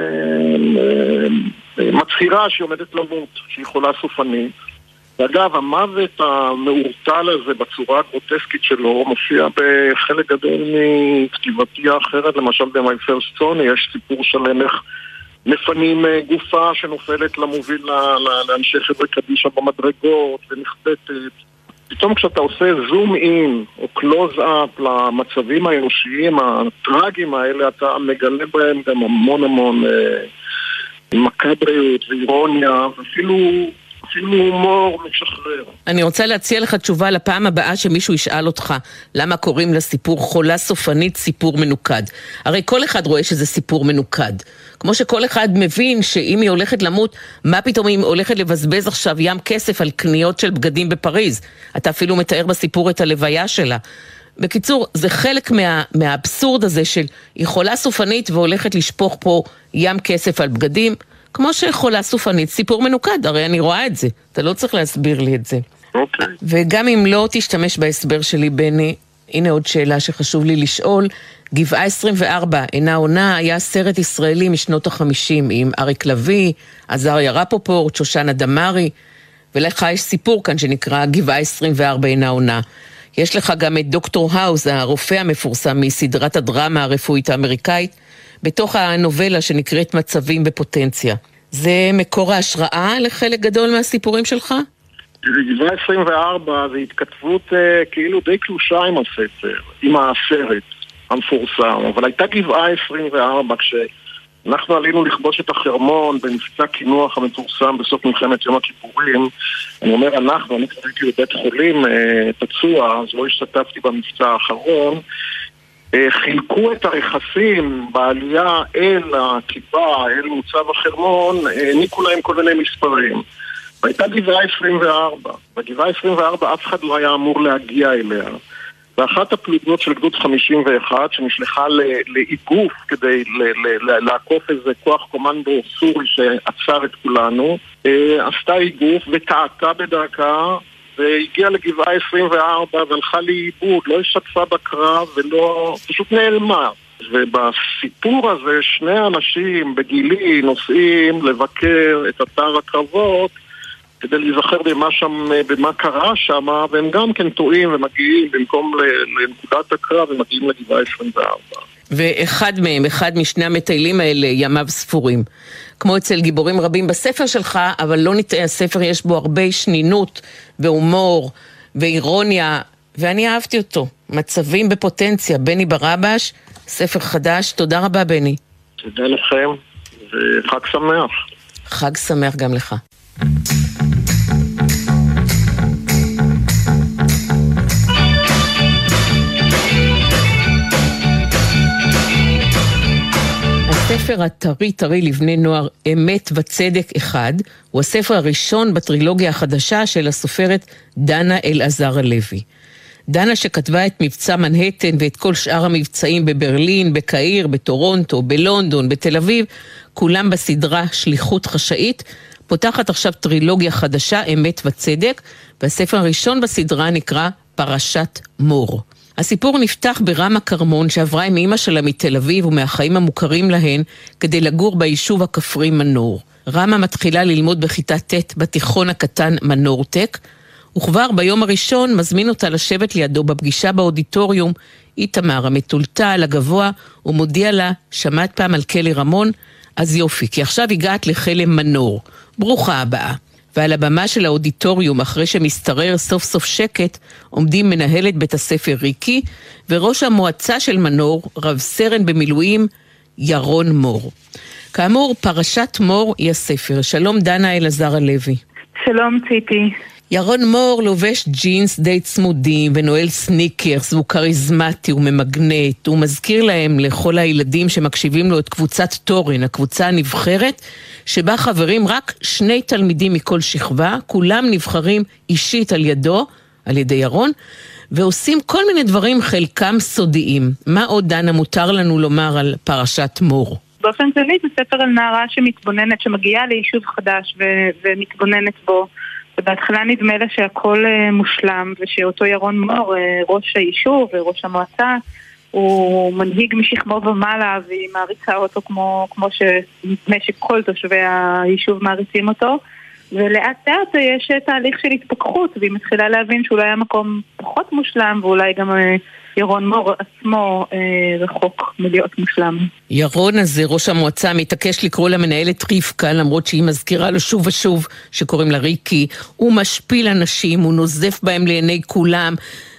שמצהירה שהיא עומדת למות, שהיא חולה סופנית. ואגב, המוות המאורטל הזה בצורה הגרוטסקית שלו מופיע בחלק גדול מכתיבתי האחרת, למשל ב-My First Son יש סיפור שלם איך מפנים גופה שנופלת למוביל לאנשי חבר'ה קדישה במדרגות ונחבטת. פתאום כשאתה עושה זום אין או קלוז אפ למצבים האנושיים הטרגיים האלה, אתה מגלה בהם גם המון מקבריות ואירוניה ואפילו הומור משחרר. אני רוצה להציע לך תשובה לפעם הבאה שמישהו ישאל אותך למה קוראים לסיפור חולה סופנית סיפור מנוקד. הרי כל אחד רואה שזה סיפור מנוקד. כמו שכל אחד מבין שאם היא הולכת למות, מה פתאום היא הולכת לבזבז עכשיו ים כסף על קניות של בגדים בפריז? אתה אפילו מתאר בסיפור את הלוויה שלה. בקיצור, זה חלק מהאבסורד הזה של היא חולה סופנית והולכת לשפוך פה ים כסף על בגדים, כמו שחולה סופנית, סיפור מנוקד, הרי אני רואה את זה, אתה לא צריך להסביר לי את זה. אוקיי. וגם אם לא תשתמש בהסבר שלי, בני, הנה עוד שאלה שחשוב לי לשאול, גבעה 24, אינה עונה, היה סרט ישראלי משנות ה-50 עם אריק לוי, עזריה רפופורט, שושנה דמארי, ולך יש סיפור כאן שנקרא גבעה 24, אינה עונה. יש לך גם את דוקטור האוז, הרופא המפורסם מסדרת הדרמה הרפואית האמריקאית, בתוך הנובלה שנקראת מצבים בפוטנציה. זה מקור ההשראה לחלק גדול מהסיפורים שלך? גבעה 24 זה התכתבות כאילו די קלושה עם הספר, עם הסרט המפורסם, אבל הייתה גבעה 24 כשאנחנו עלינו לכבוש את החרמון במבצע כינוח המפורסם בסוף מלחמת יום הכיפורים. אני אומר אני הייתי בבית חולים פצוע, אז לא השתתפתי במבצע האחרון. חילקו את הרכסים בעלייה אל הכיפה, אל מוצב החרמון, העניקו להם כל מיני מספרים. והייתה גבעה 24. בגבעה 24 אף אחד לא היה אמור להגיע אליה. ואחת הפלוגות של גדוד 51 שנשלחה לאיגוף כדי לעקוף איזה כוח קומנדו סורי שעצר את כולנו, עשתה איגוף וטעתה בדרכה והגיעה לגבעה 24 והלכה לאיבוד, לא השתתפה בקרב ולא, פשוט נעלמה. ובסיפור הזה שני אנשים בגילי נוסעים לבקר את אתר הקרבות כדי להיזכר במה קרה שם, והם גם כן טועים ומגיעים במקום לנקודת הקרב ומגיעים לגבעה 24. ואחד מהם, אחד משני המטיילים האלה, ימיו ספורים. כמו אצל גיבורים רבים בספר שלך, אבל לא נטעה, הספר יש בו הרבה שנינות והומור ואירוניה, ואני אהבתי אותו. מצבים בפוטנציה, בני ברבש, ספר חדש. תודה רבה, בני. תודה לכם, וחג שמח. חג שמח גם לך. הספר הטרי לבני נוער אמת וצדק אחד הוא הספר הראשון בטרילוגיה החדשה של הסופרת דנה אלעזר הלוי. דנה שכתבה את מבצע מנהטן ואת כל שאר המבצעים בברלין, בקהיר, בטורונטו, בלונדון, בתל אביב, כולם בסדרה שליחות חשאית, פותחת עכשיו טרילוגיה חדשה אמת וצדק, והספר הראשון בסדרה נקרא פרשת מור. הסיפור נפתח ברמה קרמון שעברה עם אמא שלה מתל אביב ומהחיים המוכרים להן כדי לגור ביישוב הכפרי מנור. רמה מתחילה ללמוד בכיתה ט' בתיכון הקטן מנורטק, וכבר ביום הראשון מזמין אותה לשבת לידו בפגישה באודיטוריום איתמר המטולטל הגבוה ומודיע לה, שמעת פעם על כלא רמון? אז יופי, כי עכשיו הגעת לכלא מנור. ברוכה הבאה. ועל הבמה של האודיטוריום, אחרי שמסתרר סוף סוף שקט, עומדים מנהלת בית הספר ריקי, וראש המועצה של מנור, רב סרן במילואים, ירון מור. כאמור, פרשת מור היא הספר. שלום דנה אלעזר הלוי. שלום ציפי. ירון מור לובש ג'ינס די צמודים ונועל סניקרס, והוא קריזמטי, הוא ממגנט, הוא מזכיר להם לכל הילדים שמקשיבים לו את קבוצת טורן, הקבוצה הנבחרת, שבה חברים רק 2 תלמידים מכל שכבה, כולם נבחרים אישית על ידו, על ידי ירון, ועושים כל מיני דברים חלקם סודיים. מה עוד דנה מותר לנו לומר על פרשת מור? באופן כללי זה ספר על נערה שמתבוננת, שמגיעה ליישוב חדש ומתבוננת בו. ובהתחלה נדמה לה שהכל מושלם, ושאותו ירון מור, ראש היישוב וראש המועצה, הוא מנהיג משכמו ומעלה, והיא מעריצה אותו כמו שנדמה שכל תושבי היישוב מעריצים אותו, ולאט לאט יש תהליך של התפכחות, והיא מתחילה להבין שאולי היה מקום פחות מושלם, ואולי גם ירון מור עצמו רחוק מלהיות מושלם. ירון הזה, ראש המועצה, מתעקש לקרוא למנהלת רבקה, למרות שהיא מזכירה לו שוב ושוב שקוראים לה ריקי. הוא משפיל אנשים, הוא נוזף בהם לעיני כולם,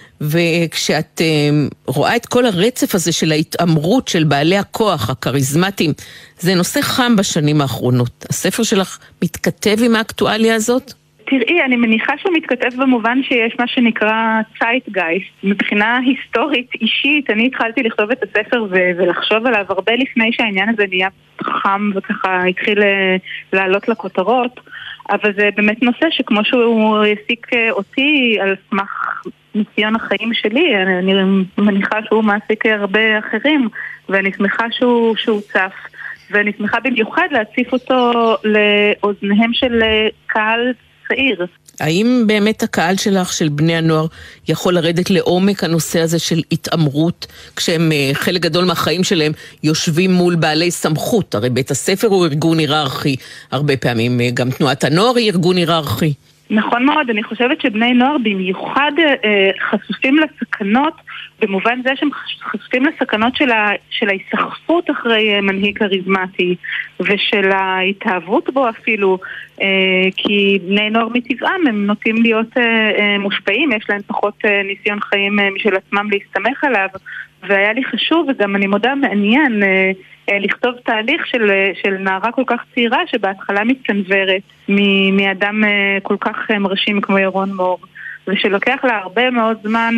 וכשאת רואה את כל הרצף הזה של ההתאמרות של בעלי הכוח, הקריזמטיים, זה נושא חם בשנים האחרונות. הספר שלך מתכתב עם האקטואליה הזאת? תראי, אני מניחה שהוא מתכתב במובן שיש מה שנקרא צייטגייסט. מבחינה היסטורית, אישית, אני התחלתי לכתוב את הספר ולחשוב עליו הרבה לפני שהעניין הזה נהיה חם וככה התחיל לעלות לכותרות, אבל זה באמת נושא שכמו שהוא העסיק אותי על סמך ניסיון החיים שלי, אני מניחה שהוא מעסיק הרבה אחרים, ואני שמחה שהוא צף, ואני שמחה במיוחד להציף אותו לאוזניהם של קהל צעיר. האם באמת הקהל שלך, של בני הנוער, יכול לרדת לעומק הנושא הזה של התאמרות, כשהם חלק גדול מהחיים שלהם יושבים מול בעלי סמכות? הרי בית הספר הוא ארגון היררכי, הרבה פעמים גם תנועת הנוער היא ארגון היררכי. נכון מאוד, אני חושבת שבני נוער במיוחד חשופים לסכנות, במובן זה שהם חשופים לסכנות של ההיסחפות אחרי מנהיג כריזמטי, ושל ההתאהבות בו אפילו, כי בני נוער מטבעם הם נוטים להיות מושפעים, יש להם פחות ניסיון חיים משל עצמם להסתמך עליו, והיה לי חשוב, וגם אני מודה מעניין, לכתוב תהליך של נערה כל כך צעירה שבהתחלה מצנוורת מאדם כל כך מרשים כמו ירון מור, ושלוקח לה הרבה מאוד זמן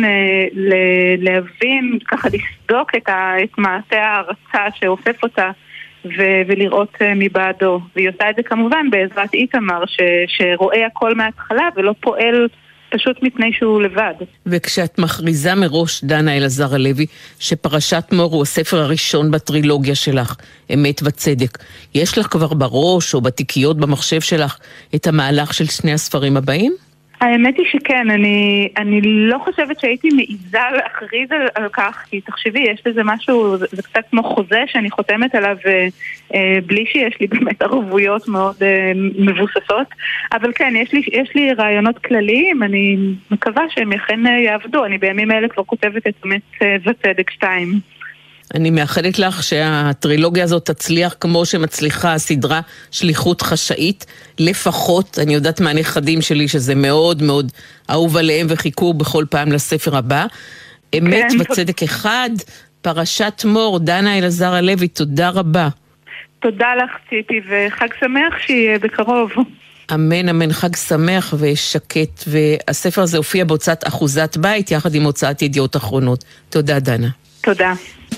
להבין, ככה לסדוק את מעטה ההרצה שאופף אותה ולראות מבעדו. והיא עושה את זה כמובן בעזרת איתמר שרואה הכל מההתחלה ולא פועל פשוט מפני שהוא לבד. וכשאת מכריזה מראש, דנה אלעזר הלוי, שפרשת מור הוא הספר הראשון בטרילוגיה שלך, אמת וצדק, יש לך כבר בראש או בתיקיות במחשב שלך את המהלך של 2 הספרים הבאים? האמת היא שכן, אני לא חושבת שהייתי מעיזה להכריז על כך, כי תחשבי, יש לזה משהו, זה קצת כמו חוזה שאני חותמת עליו, בלי שיש לי באמת ערבויות מאוד מבוססות, אבל כן, יש לי רעיונות כלליים, אני מקווה שהם אכן יעבדו, אני בימים האלה כבר כותבת את אמת וצדק 2. אני מאחלת לך שהטרילוגיה הזאת תצליח כמו שמצליחה הסדרה שליחות חשאית, לפחות, אני יודעת מהנכדים שלי שזה מאוד מאוד אהוב עליהם וחיכו בכל פעם לספר הבא. אמת וצדק אחד, פרשת מור, דנה אלעזר הלוי, תודה רבה. תודה לך ציפי, וחג שמח שיהיה בקרוב. אמן, אמן, חג שמח ושקט, והספר הזה הופיע בהוצאת אחוזת בית, יחד עם הוצאת ידיעות אחרונות. תודה, דנה. תודה.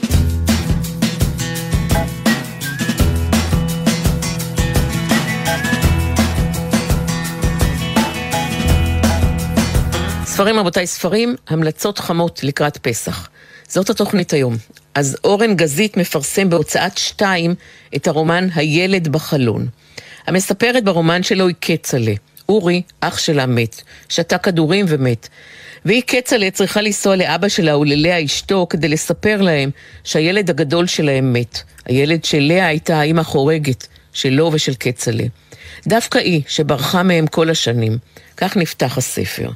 ספרים, רבותיי, ספרים, המלצות חמות לקראת פסח. זאת התוכנית היום. אז אורן גזית מפרסם בהוצאת 2 את הרומן הילד בחלון. המספרת ברומן שלו היא קצלה. אורי, אח שלה מת, שתה כדורים ומת. והיא קצלה צריכה לנסוע לאבא שלה וללאה אשתו כדי לספר להם שהילד הגדול שלהם מת. הילד של לאה הייתה האמא חורגת, שלו ושל קצלה. דווקא היא שברחה מהם כל השנים. כך נפתח הספר.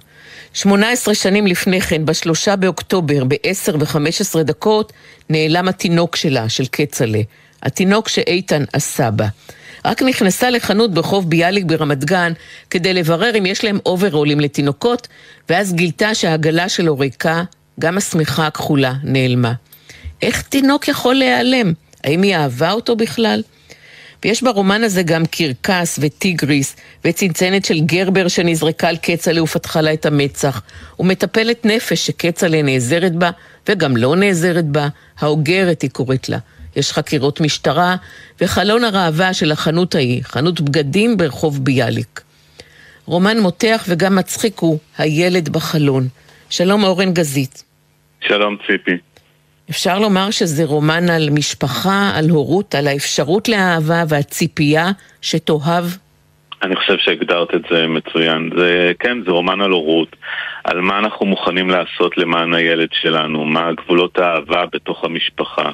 18 שנים לפני כן, ב3 באוקטובר, ב10:15, נעלם התינוק שלה, של קצלה. התינוק שאיתן עשה בה. רק נכנסה לחנות ברחוב ביאליק ברמת גן, כדי לברר אם יש להם אוברולים לתינוקות, ואז גילתה שהעגלה שלו ריקה, גם השמיכה הכחולה נעלמה. איך תינוק יכול להיעלם? האם היא אהבה אותו בכלל? ויש ברומן הזה גם קרקס וטיגריס וצנצנת של גרבר שנזרקה על קצלה ופתחה לה את המצח, ומטפלת נפש שקצלה נעזרת בה וגם לא נעזרת בה, האוגרת היא קוראת לה. יש חקירות משטרה וחלון הראווה של החנות ההיא, חנות בגדים ברחוב ביאליק. רומן מותח וגם מצחיק הוא הילד בחלון. שלום אורן גזית. שלום ציפי. אפשר לומר שזה רומן על משפחה, על הורות, על האפשרות לאהבה והציפייה שתאהב? אני חושב שהגדרת את זה מצוין. זה רומן על הורות, על מה אנחנו מוכנים לעשות למען הילד שלנו, מה גבולות האהבה בתוך המשפחה.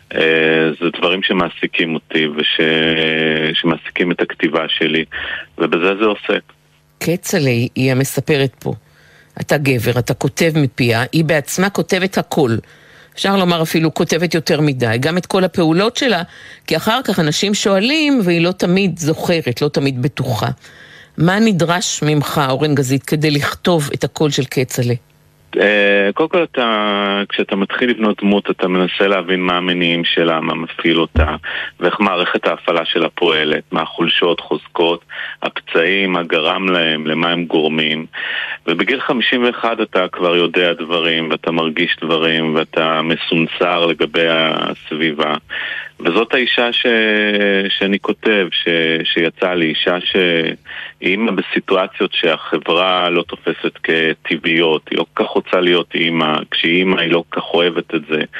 זה דברים שמעסיקים אותי ושמעסיקים את הכתיבה שלי, ובזה זה עוסק. קצלה היא המספרת פה. אתה גבר, אתה כותב מפיה, היא בעצמה כותבת הכל. אפשר לומר אפילו כותבת יותר מדי, גם את כל הפעולות שלה, כי אחר כך אנשים שואלים והיא לא תמיד זוכרת, לא תמיד בטוחה. מה נדרש ממך, אורן גזית, כדי לכתוב את הקול של קצלה? קודם כל, כשאתה מתחיל לבנות דמות, אתה מנסה להבין מה המניעים שלה, מה מפעיל אותה, ואיך מערכת ההפעלה שלה פועלת, מה החולשות, חוזקות, הפצעים, מה גרם להם, למה הם גורמים. ובגיל 51 אתה כבר יודע דברים, ואתה מרגיש דברים, ואתה מסונסר לגבי הסביבה. וזאת האישה שאני כותב, שיצאה לי, אישה שאימא בסיטואציות שהחברה לא תופסת כטבעיות, היא לא כך רוצה להיות אימא, כשאימא היא לא כך אוהבת את זה.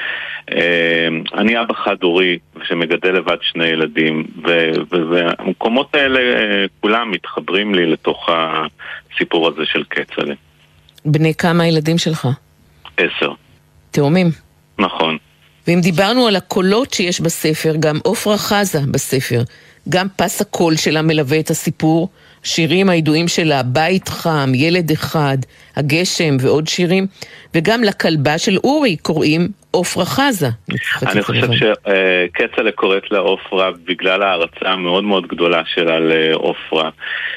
אני אבא חד-הורי שמגדל לבד 2 ילדים, והמקומות האלה כולם מתחברים לי לתוך הסיפור הזה של קצלה. בני כמה הילדים שלך? 10. תאומים? נכון. ואם דיברנו על הקולות שיש בספר, גם עופרה חזה בספר, גם פס הקול שלה מלווה את הסיפור, שירים הידועים שלה, בית חם, ילד אחד, הגשם ועוד שירים, וגם לכלבה של אורי קוראים עופרה חזה. אני חושב שקצלה קוראת לה עופרה בגלל ההרצאה המאוד מאוד גדולה שלה לעופרה,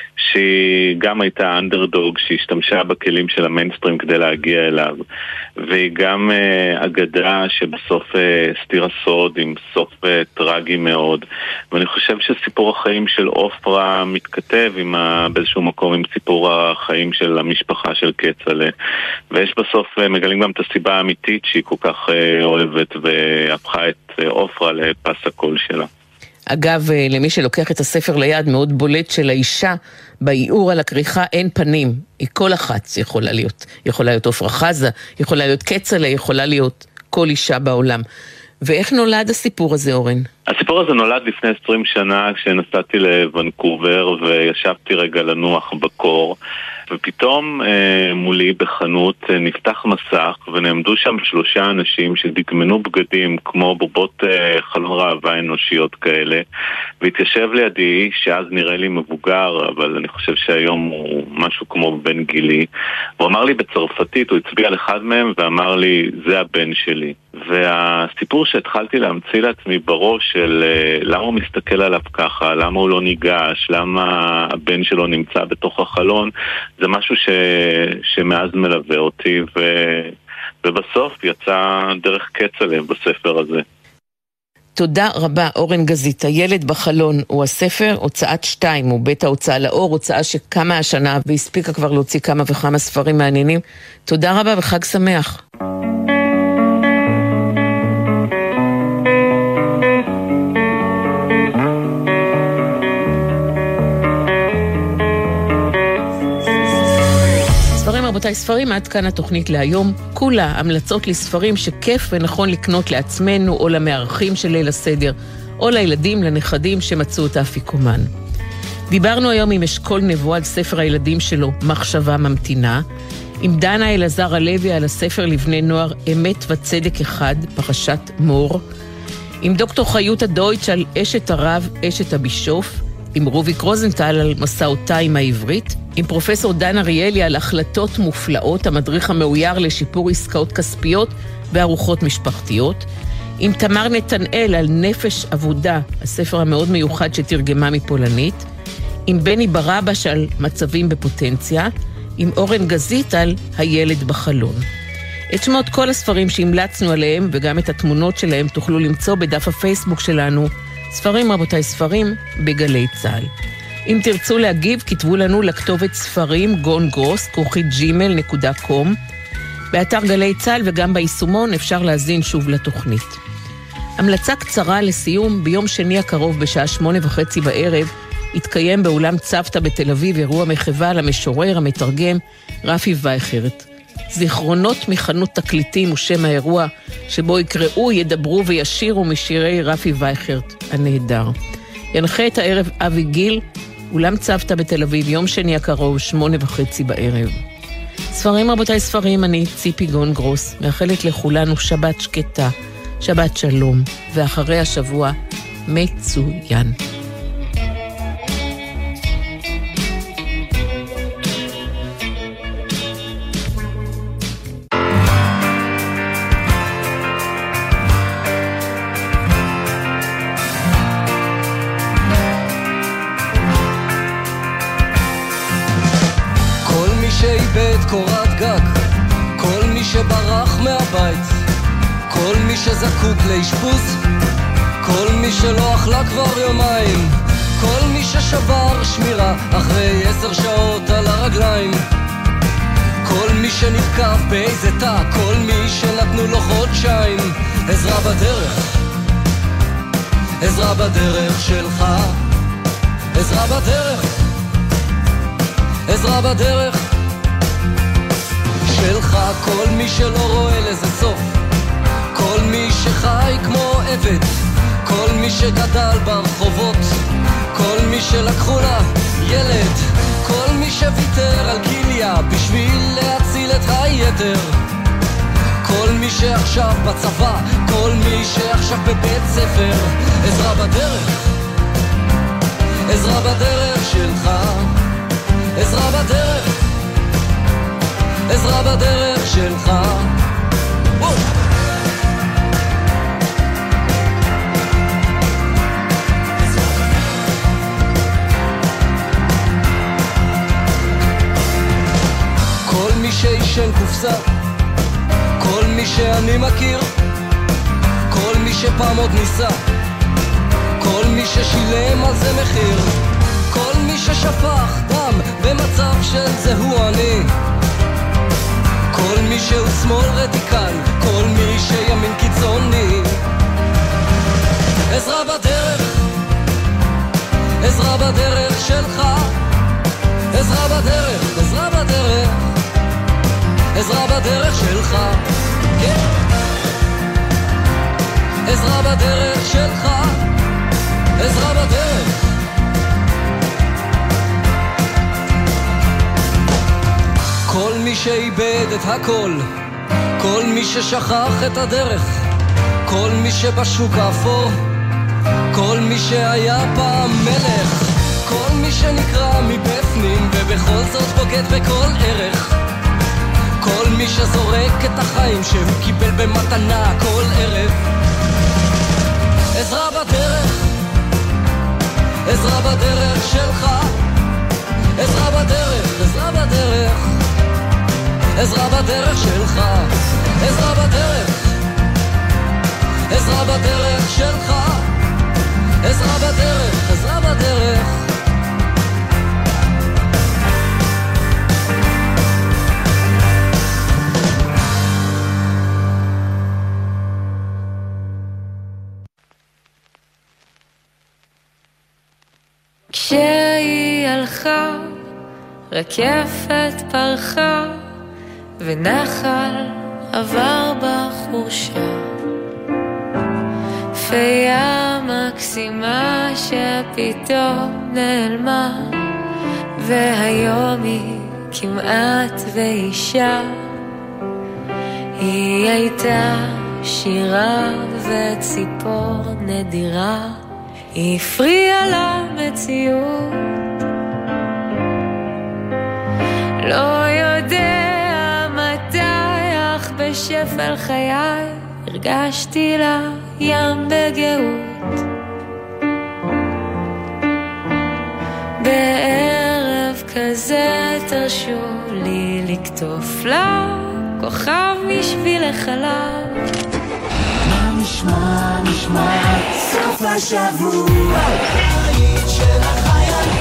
שהיא גם הייתה אנדרדוג, שהשתמשה בכלים של המיינסטרים כדי להגיע אליו, והיא גם אגדה שבסוף סתירה סוד עם סוף טרגי מאוד, ואני חושב שסיפור החיים של עופרה מתכתב באיזשהו מקום עם סיפור החיים של המשפחה של קצלה, ויש בסוף מגלים גם את הסיבה האמיתית שהיא כל כך אוהבת והפכה את עופרה לפס הקול שלה. אגב, למי שלוקח את הספר ליד, מאוד בולט של האישה, באיור על הכריכה אין פנים. היא כל אחת יכולה להיות. יכולה להיות עופרה חזה, יכולה להיות קצלה, יכולה להיות כל אישה בעולם. ואיך נולד הסיפור הזה, אורן? הסיפור הזה נולד לפני 20 שנה כשנסעתי לוונקובר וישבתי רגע לנוח בקור, ופתאום מולי בחנות נפתח מסך ונעמדו שם 3 אנשים שדגמנו בגדים כמו בובות חלון ראווה אנושיות כאלה, והתיישב לידי שאז נראה לי מבוגר, אבל אני חושב שהיום הוא משהו כמו בן גילי. הוא אמר לי בצרפתית, הוא הצביע על אחד מהם ואמר לי זה הבן שלי. והסיפור שהתחלתי להמציא לעצמי בראש של למה הוא מסתכל עליו ככה, למה הוא לא ניגש, למה הבן שלו נמצא בתוך החלון, זה משהו שמאז מלווה אותי, ובסוף יצא דרך קצלה בספר הזה. תודה רבה, אורן גזית. הילד בחלון הוא הספר, הוצאת 2, הוא בית ההוצאה לאור, הוצאה שקמה השנה והספיקה כבר להוציא כמה וכמה ספרים מעניינים. תודה רבה וחג שמח. רבותיי, ספרים, עד כאן התוכנית להיום. כולה המלצות לספרים שכיף ונכון לקנות לעצמנו או למארחים של ליל הסדר, או לילדים, לנכדים שמצאו את האפיקומן. דיברנו היום עם אשכול נבו על ספר הילדים שלו, מחשבה ממתינה, עם דנה אלעזר הלוי על הספר לבני נוער, אמת וצדק אחד, פרשת מור, עם דוקטור חיות הדויטש על אשת הרב, אשת הבישוף, עם רוביק רוזנטל על מסעותיים העברית, עם פרופסור דן אריאלי על החלטות מופלאות, המדריך המאויר לשיפור עסקאות כספיות וארוחות משפחתיות, עם תמר נתנאל על נפש עבודה, הספר המאוד מיוחד שתרגמה מפולנית, עם בני ברבש על מצבים בפוטנציה, עם אורן גזית על הילד בחלון. את שמות כל הספרים שהמלצנו עליהם וגם את התמונות שלהם תוכלו למצוא בדף הפייסבוק שלנו, ספרים רבותיי ספרים בגלי צהל. אם תרצו להגיב, כתבו לנו לכתובת ספרים gongos@gmail.com. באתר גלי צהל וגם ביישומון אפשר להזין שוב לתוכנית. המלצה קצרה לסיום, ביום שני הקרוב בשעה 8:30 בערב יתקיים באולם צוותא בתל אביב אירוע מחווה למשורר המתרגם רפי וייכרט. זיכרונות מחנות תקליטים הוא שם האירוע, שבו יקראו, ידברו וישירו משירי רפי וייכרט הנהדר. ינחה את הערב אבי גיל, אולם צוותא בתל אביב, יום שני הקרוב, 8:30 בערב. ספרים רבותיי ספרים, אני ציפי גונגרוס, מאחלת לכולנו שבת שקטה, שבת שלום, ואחרי השבוע מצוין. קורת גג, כל מי שברח מהבית, כל מי שזקוק לאשפוז, כל מי שלא אכלה כבר יומיים, כל מי ששבר שמירה אחרי 10 שעות על הרגליים, כל מי שנתקף באיזה תא, כל מי שנתנו לו חודשיים. עזרה בדרך, עזרה בדרך שלך, עזרה בדרך, עזרה בדרך שלך. כל מי שלא רואה לזה סוף, כל מי שחי כמו עבד, כל מי שגדל ברחובות, כל מי שלקחו לה ילד, כל מי שוויתר על כליה בשביל להציל את היתר, כל מי שעכשיו בצבא, כל מי שעכשיו בבית ספר. עזרה בדרך, עזרה בדרך שלך, עזרה בדרך, עזרה בדרך שלך. כל מי שישן קופסה, כל מי שאני מכיר, כל מי שפעם עוד ניסה, כל מי ששילם על זה מחיר, כל מי ששפך דם במצב של זהו אני, כל מי שהוא שמאל רדיקל, כל מי שימין קיצוני. עזרה בדרך, עזרה בדרך שלך, עזרה בדרך, עזרה בדרך, עזרה בדרך שלך, כן. עזרה בדרך שלך, עזרה בדרך. כל מי שאיבד את הכל, כל מי ששכח את הדרך, כל מי שבשוק האפור, כל מי שהיה פעם מלך, כל מי שנקרא מבפנים ובכל זאת בוגד בכל ערך, כל מי שזורק את החיים שהוא קיבל במתנה כל ערב. עזרה בדרך, עזרה בדרך שלך, עזרה בדרך, עזרה בדרך, עזרה בדרך שלך, עזרה בדרך, עזרה בדרך שלך. כשהיא הלכה, רקפת פרחה, ונחל עבר בחורשה. פיה מקסימה שפתאום נעלמה, והיום היא כמעט ואישה. היא הייתה שירה וציפור נדירה, היא הפריעה למציאות. לא יודע מתי, אך בשפל חיי הרגשתי לה ים בגאות. בערב כזה תרשו לי לקטוף לה כוכב משביל החלב. מה נשמע, נשמע סוף השבוע היית של החייל.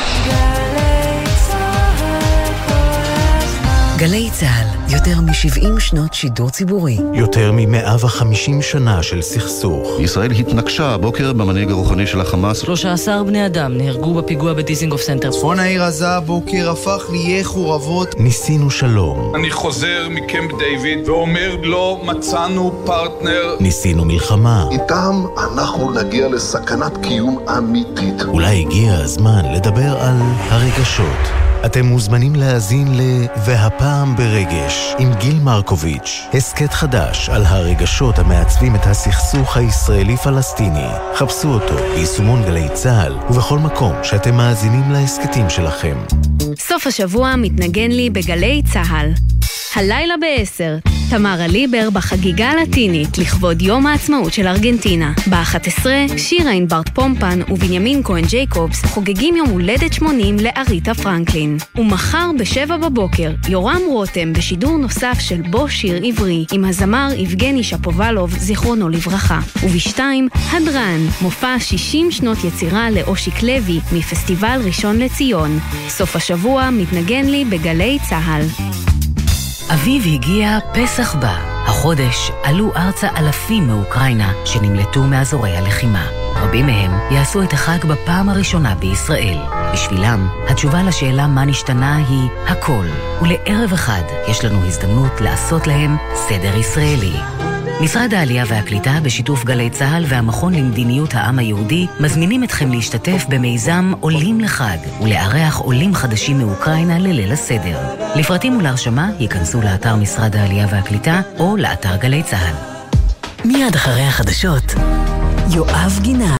גלי צהל כל הזמן. גלי צהל, יותר מ-70 שנות שידור ציבורי. יותר מ-150 שנה של סכסוך. ישראל התנקשה הבוקר במנהיג הרוחני של החמאס. 13 בני אדם נהרגו בפיגוע בדיזינגוף סנטר. צפון העיר עזה הבוקר הפך ליהיה חורבות. ניסינו שלום. אני חוזר מקמפ דיוויד ואומר לא מצאנו פרטנר. ניסינו מלחמה. איתם אנחנו נגיע לסכנת קיום אמיתית. אולי הגיע הזמן לדבר על הרגשות. אתם מוזמנים להאזין והפעם ברגש עם גיל מרקוביץ', הסקט חדש על הרגשות המעצבים את הסכסוך הישראלי-פלסטיני. חפשו אותו ביישומון גלי צהל ובכל מקום שאתם מאזינים להסקטים שלכם. סוף השבוע מתנגן לי בגלי צהל. הלילה ב-10, תמרה ליבר בחגיגה הלטינית לכבוד יום העצמאות של ארגנטינה. ב-11, שירה ענברת פומפן ובנימין כהן ג'ייקובס חוגגים יום הולדת 80 לאריתה פרנקלין. ומחר ב-7 בבוקר, יורם רותם בשידור נוסף של בו שיר עברי עם הזמר יבגני שפובלוב זיכרונו לברכה. וב-2, הדרן, מופע 60 שנות יצירה לאושיק לוי מפסטיבל ראשון לציון. סוף השבוע מתנגן לי בגלי צהל. אביב הגיע, פסח בא. החודש עלו ארצה אלפים מאוקראינה שנמלטו מאזורי הלחימה. רבים מהם יעשו את החג בפעם הראשונה בישראל. בשבילם, התשובה לשאלה מה נשתנה היא הכל. ולערב אחד יש לנו הזדמנות לעשות להם סדר ישראלי. משרד העלייה והקליטה בשיתוף גלי צהל והמכון למדיניות העם היהודי מזמינים אתכם להשתתף במיזם עולים לחג ולארח עולים חדשים מאוקראינה לליל הסדר. לפרטים ולהרשמה ייכנסו לאתר משרד העלייה והקליטה או לאתר גלי צהל. מיד אחרי החדשות, יואב גינה.